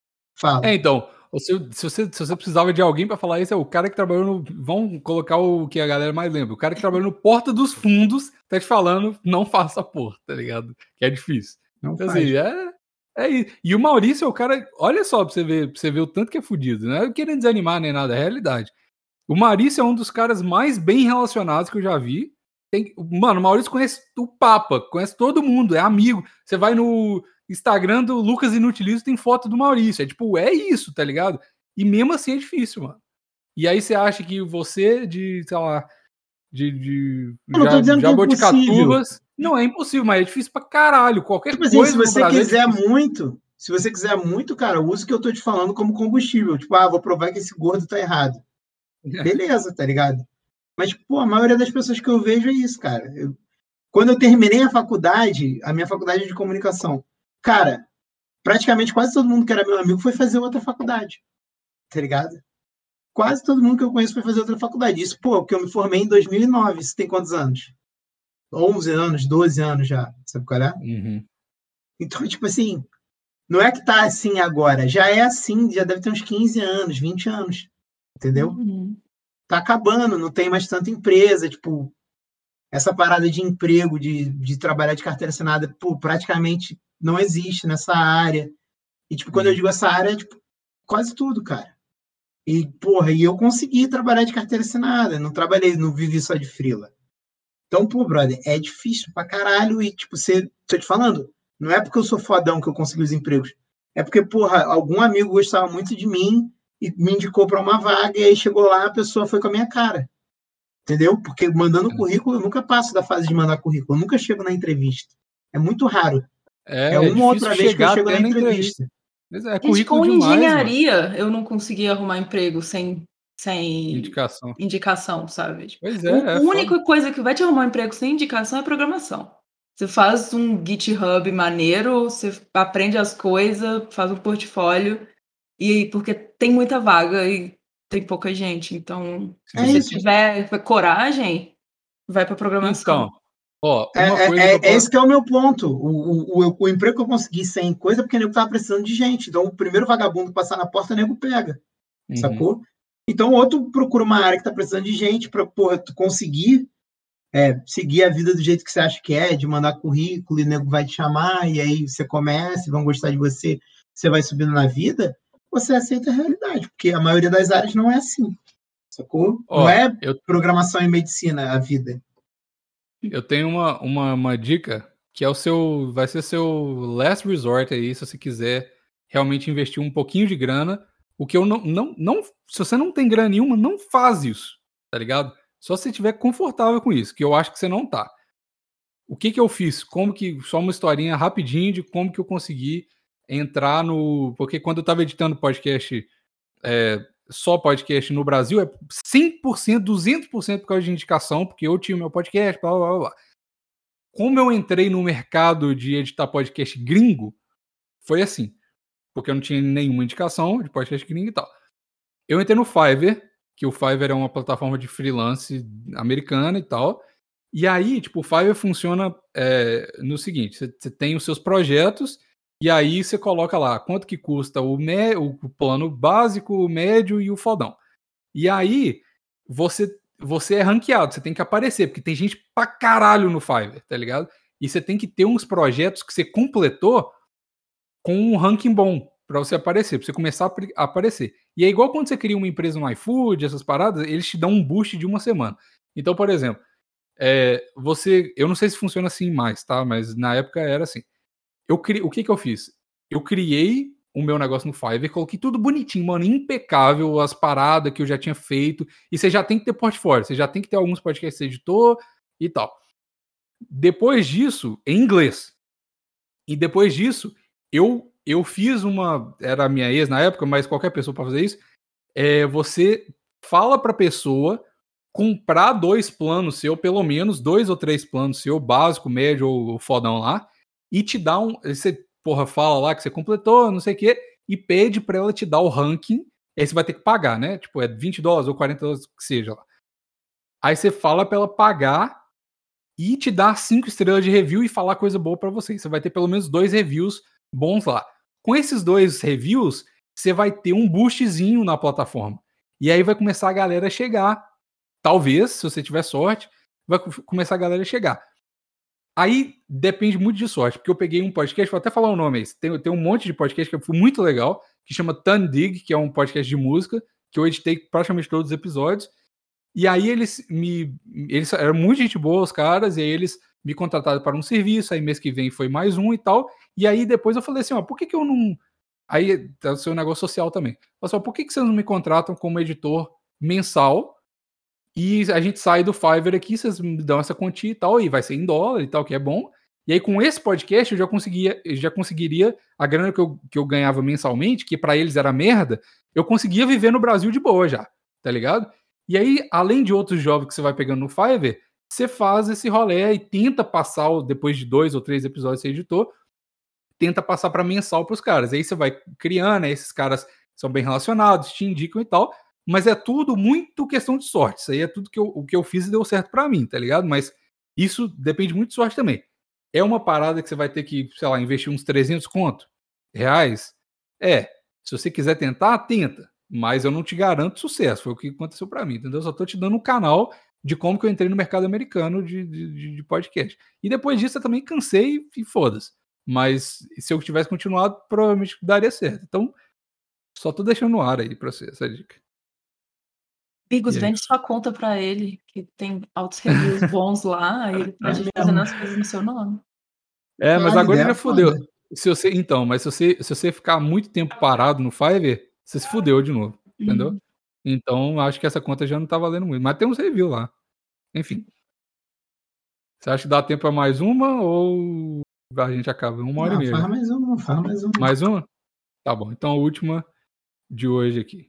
Então, se você precisava de alguém pra falar isso, é o cara que trabalhou no... Vamos colocar o que a galera mais lembra. O cara que trabalhou no Porta dos Fundos tá te falando, não faça porra, tá ligado? Que é difícil. Não então, faz. assim, E o Maurício é o cara... Olha só pra você ver o tanto que é fudido. Não é querendo desanimar nem nada, é a realidade. O Maurício é um dos caras mais bem relacionados que eu já vi. Mano, o Maurício conhece o Papa, conhece todo mundo, é amigo. Você vai no Instagram do Lucas Inutilismo, tem foto do Maurício. É tipo, é isso, tá ligado? E mesmo assim é difícil, mano. E aí você acha que você sei lá, Jaboticatubas... Não, é impossível, mas é difícil pra caralho. Qualquer tipo assim, coisa se você quiser muito, cara, usa o que eu tô te falando como combustível. Tipo, vou provar que esse gordo tá errado. Beleza, tá ligado? Mas, pô, a maioria das pessoas que eu vejo é isso, cara. Quando eu terminei a minha faculdade é de comunicação, cara, praticamente quase todo mundo que era meu amigo foi fazer outra faculdade, tá ligado? Quase todo mundo que eu conheço foi fazer outra faculdade. Isso, pô, porque eu me formei em 2009. Isso tem quantos anos? 11 anos, 12 anos já, sabe qual é? Uhum. Então, tipo assim, não é que tá assim agora, já é assim, já deve ter uns 15 anos, 20 anos, entendeu? Uhum. Tá acabando, não tem mais tanta empresa, tipo, essa parada de emprego, de trabalhar de carteira assinada, pô, praticamente não existe nessa área. E, tipo, quando eu digo essa área, é, tipo, quase tudo, cara. E, porra, eu consegui trabalhar de carteira assinada, não vivi só de freela. Então, pô, brother, é difícil pra caralho e, tipo, tô te falando, não é porque eu sou fodão que eu consegui os empregos. É porque, porra, algum amigo gostava muito de mim e me indicou pra uma vaga e aí chegou lá, a pessoa foi com a minha cara. Entendeu? Porque mandando currículo, eu nunca passo da fase de mandar currículo, eu nunca chego na entrevista. É muito raro. É uma outra vez que eu chego na entrevista. É currículo com demais, engenharia, mano. Eu não conseguia arrumar emprego sem indicação, sabe? Tipo, pois é. A única coisa que vai te arrumar um emprego sem indicação é programação. Você faz um GitHub maneiro, você aprende as coisas, faz um portfólio, e porque tem muita vaga e tem pouca gente. Então, se você tiver coragem, vai para programação. Então, uma coisa esse que é o meu ponto. O emprego que eu consegui sem coisa é porque o nego tava precisando de gente. Então, o primeiro vagabundo que passar na porta, o nego pega. Sacou? Então, outro procura uma área que tá precisando de gente pra, porra, tu conseguir seguir a vida do jeito que você acha que é, de mandar currículo, e o nego vai te chamar, e aí você começa, vão gostar de você, você vai subindo na vida, você aceita a realidade, porque a maioria das áreas não é assim. Sacou? Não é programação e medicina a vida. Eu tenho uma dica que vai ser seu last resort aí, se você quiser realmente investir um pouquinho de grana. O que eu não se você não tem grana nenhuma, não faz isso, tá ligado? Só se você estiver confortável com isso, que eu acho que você não tá. O que eu fiz? Só uma historinha rapidinho de como que eu consegui entrar no... Porque quando eu tava editando podcast, só podcast no Brasil, é 100%, 200% por causa de indicação, porque eu tinha o meu podcast, blá, blá, blá. Como eu entrei no mercado de editar podcast gringo, foi assim, porque eu não tinha nenhuma indicação de podcast gringo e tal. Eu entrei no Fiverr, que o Fiverr é uma plataforma de freelance americana e tal, e aí, tipo, o Fiverr funciona no seguinte, você tem os seus projetos, e aí você coloca lá quanto que custa o plano básico, o médio e o fodão. E aí, você é ranqueado, você tem que aparecer, porque tem gente pra caralho no Fiverr, tá ligado? E você tem que ter uns projetos que você completou com um ranking bom pra você aparecer, pra você começar a aparecer. E é igual quando você cria uma empresa no iFood, essas paradas, eles te dão um boost de uma semana. Então, por exemplo, eu não sei se funciona assim mais, tá? Mas na época era assim. O que eu fiz? Eu criei o meu negócio no Fiverr, coloquei tudo bonitinho, mano, impecável, as paradas que eu já tinha feito, e você já tem que ter portfólio, você já tem que ter alguns podcasts que você editou e tal. Depois disso, em inglês. E depois disso, eu fiz era a minha ex na época, mas qualquer pessoa pode fazer isso, você fala pra pessoa comprar 2 planos seu, pelo menos 2 ou 3 planos seu, básico, médio ou fodão lá, e te dá você, fala lá que você completou, não sei o quê, e pede pra ela te dar o ranking, aí você vai ter que pagar, né? Tipo, é $20 ou $40, que seja lá. Aí você fala pra ela pagar e te dar 5 estrelas de review e falar coisa boa pra você. Você vai ter pelo menos 2 reviews bons lá. Com esses 2 reviews, você vai ter um boostzinho na plataforma. E aí vai começar a galera a chegar. Talvez, se você tiver sorte, vai começar a galera a chegar. Aí depende muito de sorte, porque eu peguei um podcast, vou até falar o nome aí, tem um monte de podcast que foi muito legal, que chama Tandig, que é um podcast de música, que eu editei praticamente todos os episódios, e aí eles eram muito gente boa, os caras, e aí eles me contrataram para um serviço, aí mês que vem foi mais um e tal, e aí depois eu falei assim, ó, por que eu não... Aí tá o seu negócio social também. Falei assim, ó, por que vocês não me contratam como editor mensal, e a gente sai do Fiverr aqui, vocês me dão essa quantia e tal, e vai ser em dólar e tal, que é bom. E aí, com esse podcast, eu já conseguiria a grana que eu ganhava mensalmente, que para eles era merda, eu conseguia viver no Brasil de boa já, tá ligado? E aí, além de outros jobs que você vai pegando no Fiverr, você faz esse rolê e tenta passar, depois de 2 ou 3 episódios que você editou, tenta passar para mensal pros caras. Aí você vai criando, aí esses caras são bem relacionados, te indicam e tal, mas é tudo muito questão de sorte. Isso aí é tudo o que eu fiz e deu certo pra mim, tá ligado? Mas isso depende muito de sorte também. É uma parada que você vai ter que, sei lá, investir uns 300 reais. Se você quiser tentar, tenta. Mas eu não te garanto sucesso. Foi o que aconteceu pra mim, entendeu? Eu só tô te dando um canal de como que eu entrei no mercado americano de podcast. E depois disso eu também cansei e foda-se. Mas se eu tivesse continuado, provavelmente daria certo. Então, só tô deixando no ar aí pra você essa dica. Bigos, vende sua conta pra ele, que tem altos reviews bons lá, e ele pode ir fazendo as coisas no seu nome. Mas agora ele já fudeu. Mas se você ficar muito tempo parado no Fiverr, você se fudeu de novo, entendeu? Então, acho que essa conta já não tá valendo muito. Mas tem uns reviews lá. Enfim. Você acha que dá tempo pra mais uma ou a gente acaba? 1h30. Fala mais uma. Mais uma? Tá bom. Então, a última de hoje aqui.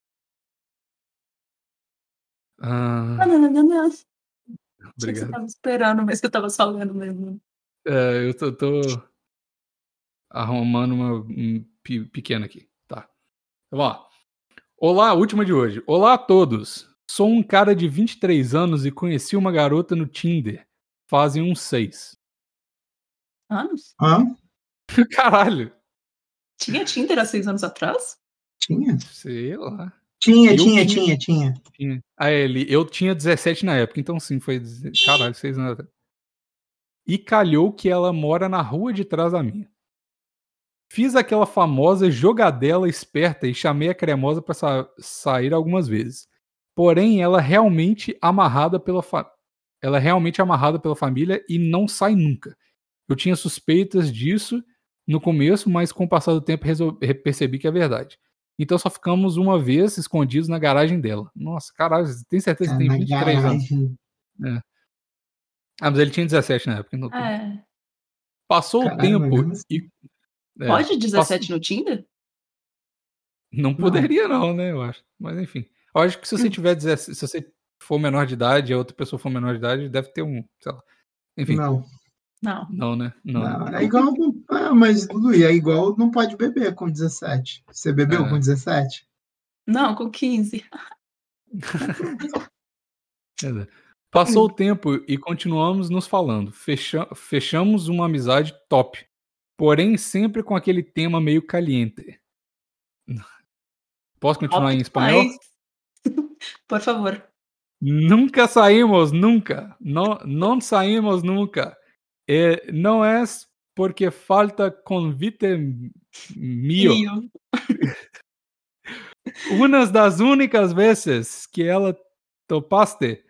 Não. Obrigado. Você tava esperando, mas eu tava só lendo mesmo. Eu tô arrumando uma pequena aqui. Tá. Vamos lá. Olá, última de hoje. Olá a todos. Sou um cara de 23 anos e conheci uma garota no Tinder. Fazem uns 6. Anos? Caralho. Tinha Tinder há 6 anos atrás? Tinha? Sei lá. Tinha. Eu tinha 17 na época, então sim, foi... Caralho, 6 anos atrás. E calhou que ela mora na rua de trás da minha. Fiz aquela famosa jogadela esperta e chamei a cremosa para sair algumas vezes. Porém, ela é realmente amarrada pela família e não sai nunca. Eu tinha suspeitas disso no começo, mas com o passar do tempo percebi que é verdade. Então só ficamos uma vez escondidos na garagem dela. Nossa, caralho, tem certeza que tem 23 anos? Mas ele tinha 17 na época. Então passou o tempo e... Pode 17 no Tinder? Não poderia não, né, eu acho. Mas enfim. Eu acho que se você tiver 17, se você for menor de idade e a outra pessoa for menor de idade, deve ter um, sei lá. Enfim. Não, né? Não. É igual, mas Dudu, é igual não pode beber com 17. Você bebeu com 17? Não, com 15. Passou o tempo e continuamos nos falando. Fechamos uma amizade top. Porém, sempre com aquele tema meio caliente. Posso continuar em espanhol? Por favor. Nunca saímos, nunca. Não saímos nunca. Não é porque falta convite mío. Uma das únicas vezes que ela topaste,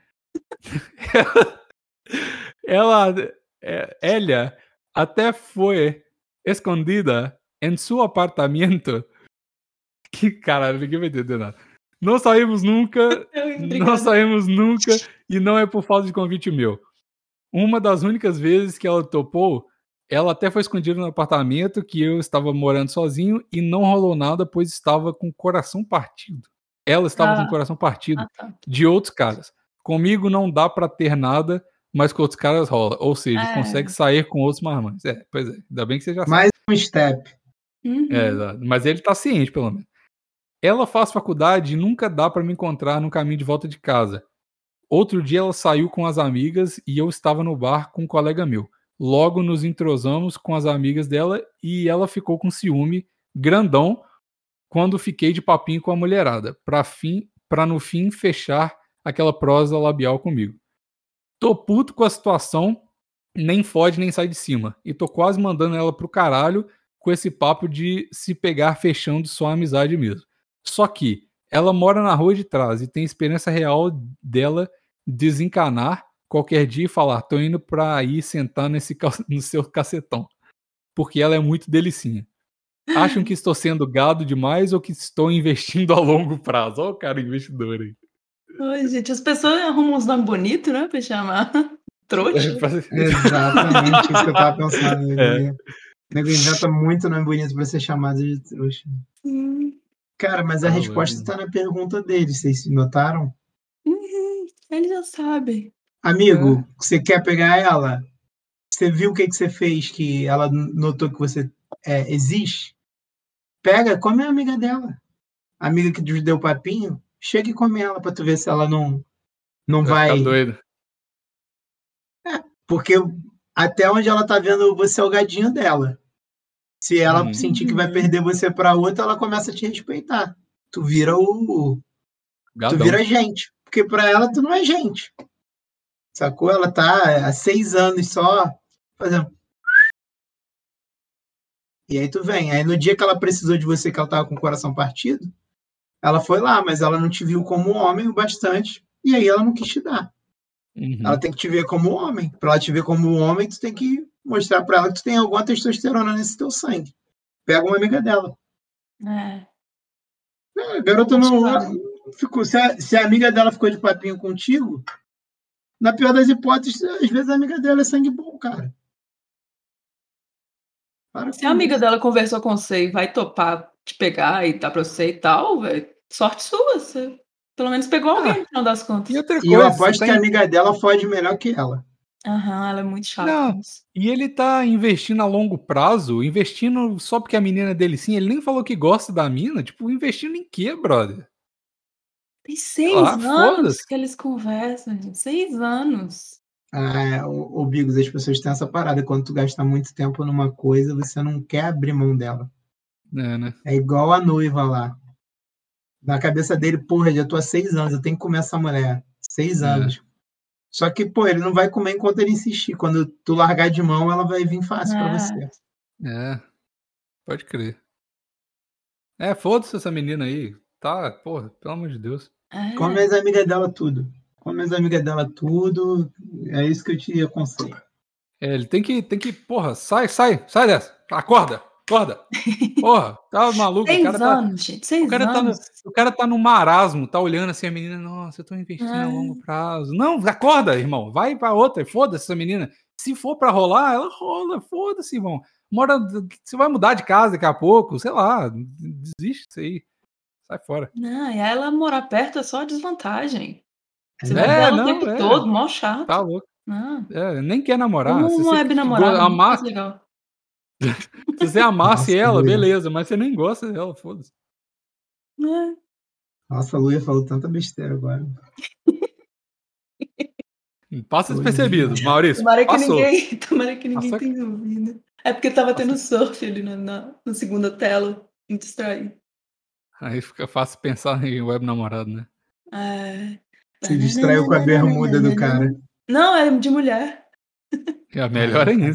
ela até foi escondida em seu apartamento. Que caralho, ninguém vai entender nada. Não saímos nunca e não é por falta de convite meu. Uma das únicas vezes que ela topou, ela até foi escondida no apartamento que eu estava morando sozinho e não rolou nada, pois estava com o coração partido. Ela estava com o coração partido de outros caras. Comigo não dá pra ter nada, mas com outros caras rola. Ou seja, consegue sair com outros marmanjos. Pois é. Ainda bem que você já sabe. Mais um step. Mas ele tá ciente, pelo menos. Ela faz faculdade e nunca dá pra me encontrar no caminho de volta de casa. Outro dia ela saiu com as amigas e eu estava no bar com um colega meu. Logo nos entrosamos com as amigas dela e ela ficou com ciúme grandão quando fiquei de papinho com a mulherada, pra no fim fechar aquela prosa labial comigo. Tô puto com a situação nem fode nem sai de cima. E tô quase mandando ela pro caralho com esse papo de se pegar fechando só a amizade mesmo. Só que ela mora na rua de trás e tem esperança real dela desencanar qualquer dia e falar, tô indo pra ir sentar no seu cacetão. Porque ela é muito delicinha. Acham que estou sendo gado demais ou que estou investindo a longo prazo? Olha o cara investidor aí. Oi, gente, as pessoas arrumam uns nomes bonitos, né, pra chamar trouxa. Exatamente isso que eu tava pensando. O nego inventa muito nome bonito pra ser chamado de trouxa. Cara, mas a resposta tá na pergunta deles, vocês notaram? Eles já sabem. Amigo, você quer pegar ela? Você viu o que você fez que ela notou que você existe? Pega, come a amiga dela. A amiga que te deu o papinho, chega e come ela pra tu ver se ela não vai... ficar doida. Porque até onde ela tá vendo você é o gadinho dela. Se ela sentir que vai perder você pra outra, ela começa a te respeitar. Tu vira Gadão. Tu vira gente. Porque pra ela, tu não é gente. Sacou? Ela tá há 6 anos só fazendo... E aí tu vem. Aí no dia que ela precisou de você, que ela tava com o coração partido, ela foi lá, mas ela não te viu como homem o bastante. E aí ela não quis te dar. Ela tem que te ver como homem. Pra ela te ver como homem, tu tem que mostrar pra ela que tu tem alguma testosterona nesse teu sangue. Pega uma amiga dela. A garota não ficou. Se a amiga dela ficou de papinho contigo, na pior das hipóteses, às vezes a amiga dela é sangue bom, cara. Se a amiga dela conversou com você e vai topar te pegar e dar pra você e tal, velho, sorte sua. Você pelo menos pegou alguém no final das contas. E eu aposto que a amiga dela fode melhor que ela. Ela é muito chata. Não, e ele tá investindo a longo prazo, investindo só porque a menina dele sim, ele nem falou que gosta da mina, tipo, investindo em quê, brother? Tem 6 anos que eles conversam, gente. 6 anos. O Bigos, as pessoas têm essa parada. Quando tu gasta muito tempo numa coisa, você não quer abrir mão dela. Né? É igual a noiva lá. Na cabeça dele, porra, já tô há 6 anos, eu tenho que comer essa mulher. 6 anos. Só que, pô, ele não vai comer enquanto ele insistir. Quando tu largar de mão, ela vai vir fácil pra você. Pode crer. Foda-se essa menina aí. Tá, porra, pelo amor de Deus. Come as amigas dela tudo. Come as amigas dela tudo. É isso que eu te aconselho. Ele tem que, porra, sai dessa. Acorda. Porra, tá maluco. 6 anos, gente. 6 anos. O cara tá no marasmo, tá olhando assim a menina, nossa, eu tô investindo a longo prazo. Não, acorda, irmão. Vai pra outra, foda-se essa menina. Se for pra rolar, ela rola, foda-se, irmão. Você vai mudar de casa daqui a pouco, sei lá, desiste disso aí. Sai fora. Não, e ela morar perto é só desvantagem. Você vai ver ela o tempo todo, mó chato. Tá louco. Nem quer namorar. Como um web namorado, muito legal. Se você amasse ela, beleza, mas você nem gosta dela, foda-se. Nossa, a Luia falou tanta besteira agora. Passa despercebido, Maurício. Tomara que ninguém tenha ouvido. É porque tava tendo surf ali na segunda tela. Me distraí. Aí fica fácil pensar em web namorado, né? Se distraiu com a bermuda do cara. Não, é de mulher. É melhor ainda.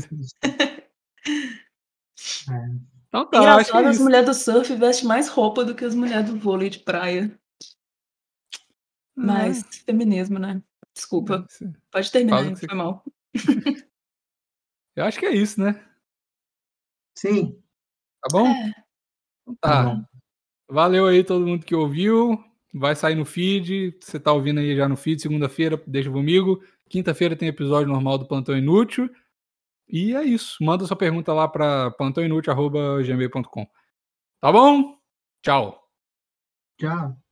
Então tá, engraçado, as mulheres do surf vestem mais roupa do que as mulheres do vôlei de praia. Mas feminismo, né? Desculpa. Pode terminar, foi mal. Eu acho que é isso, né? Sim. Tá bom? Então tá. Valeu aí todo mundo que ouviu. Vai sair no feed. Você tá ouvindo aí já no feed. Segunda-feira, deixa comigo. Quinta-feira tem episódio normal do Plantão Inútil. E é isso. Manda sua pergunta lá para plantãoinútil@gmail.com. Tá bom? Tchau. Tchau.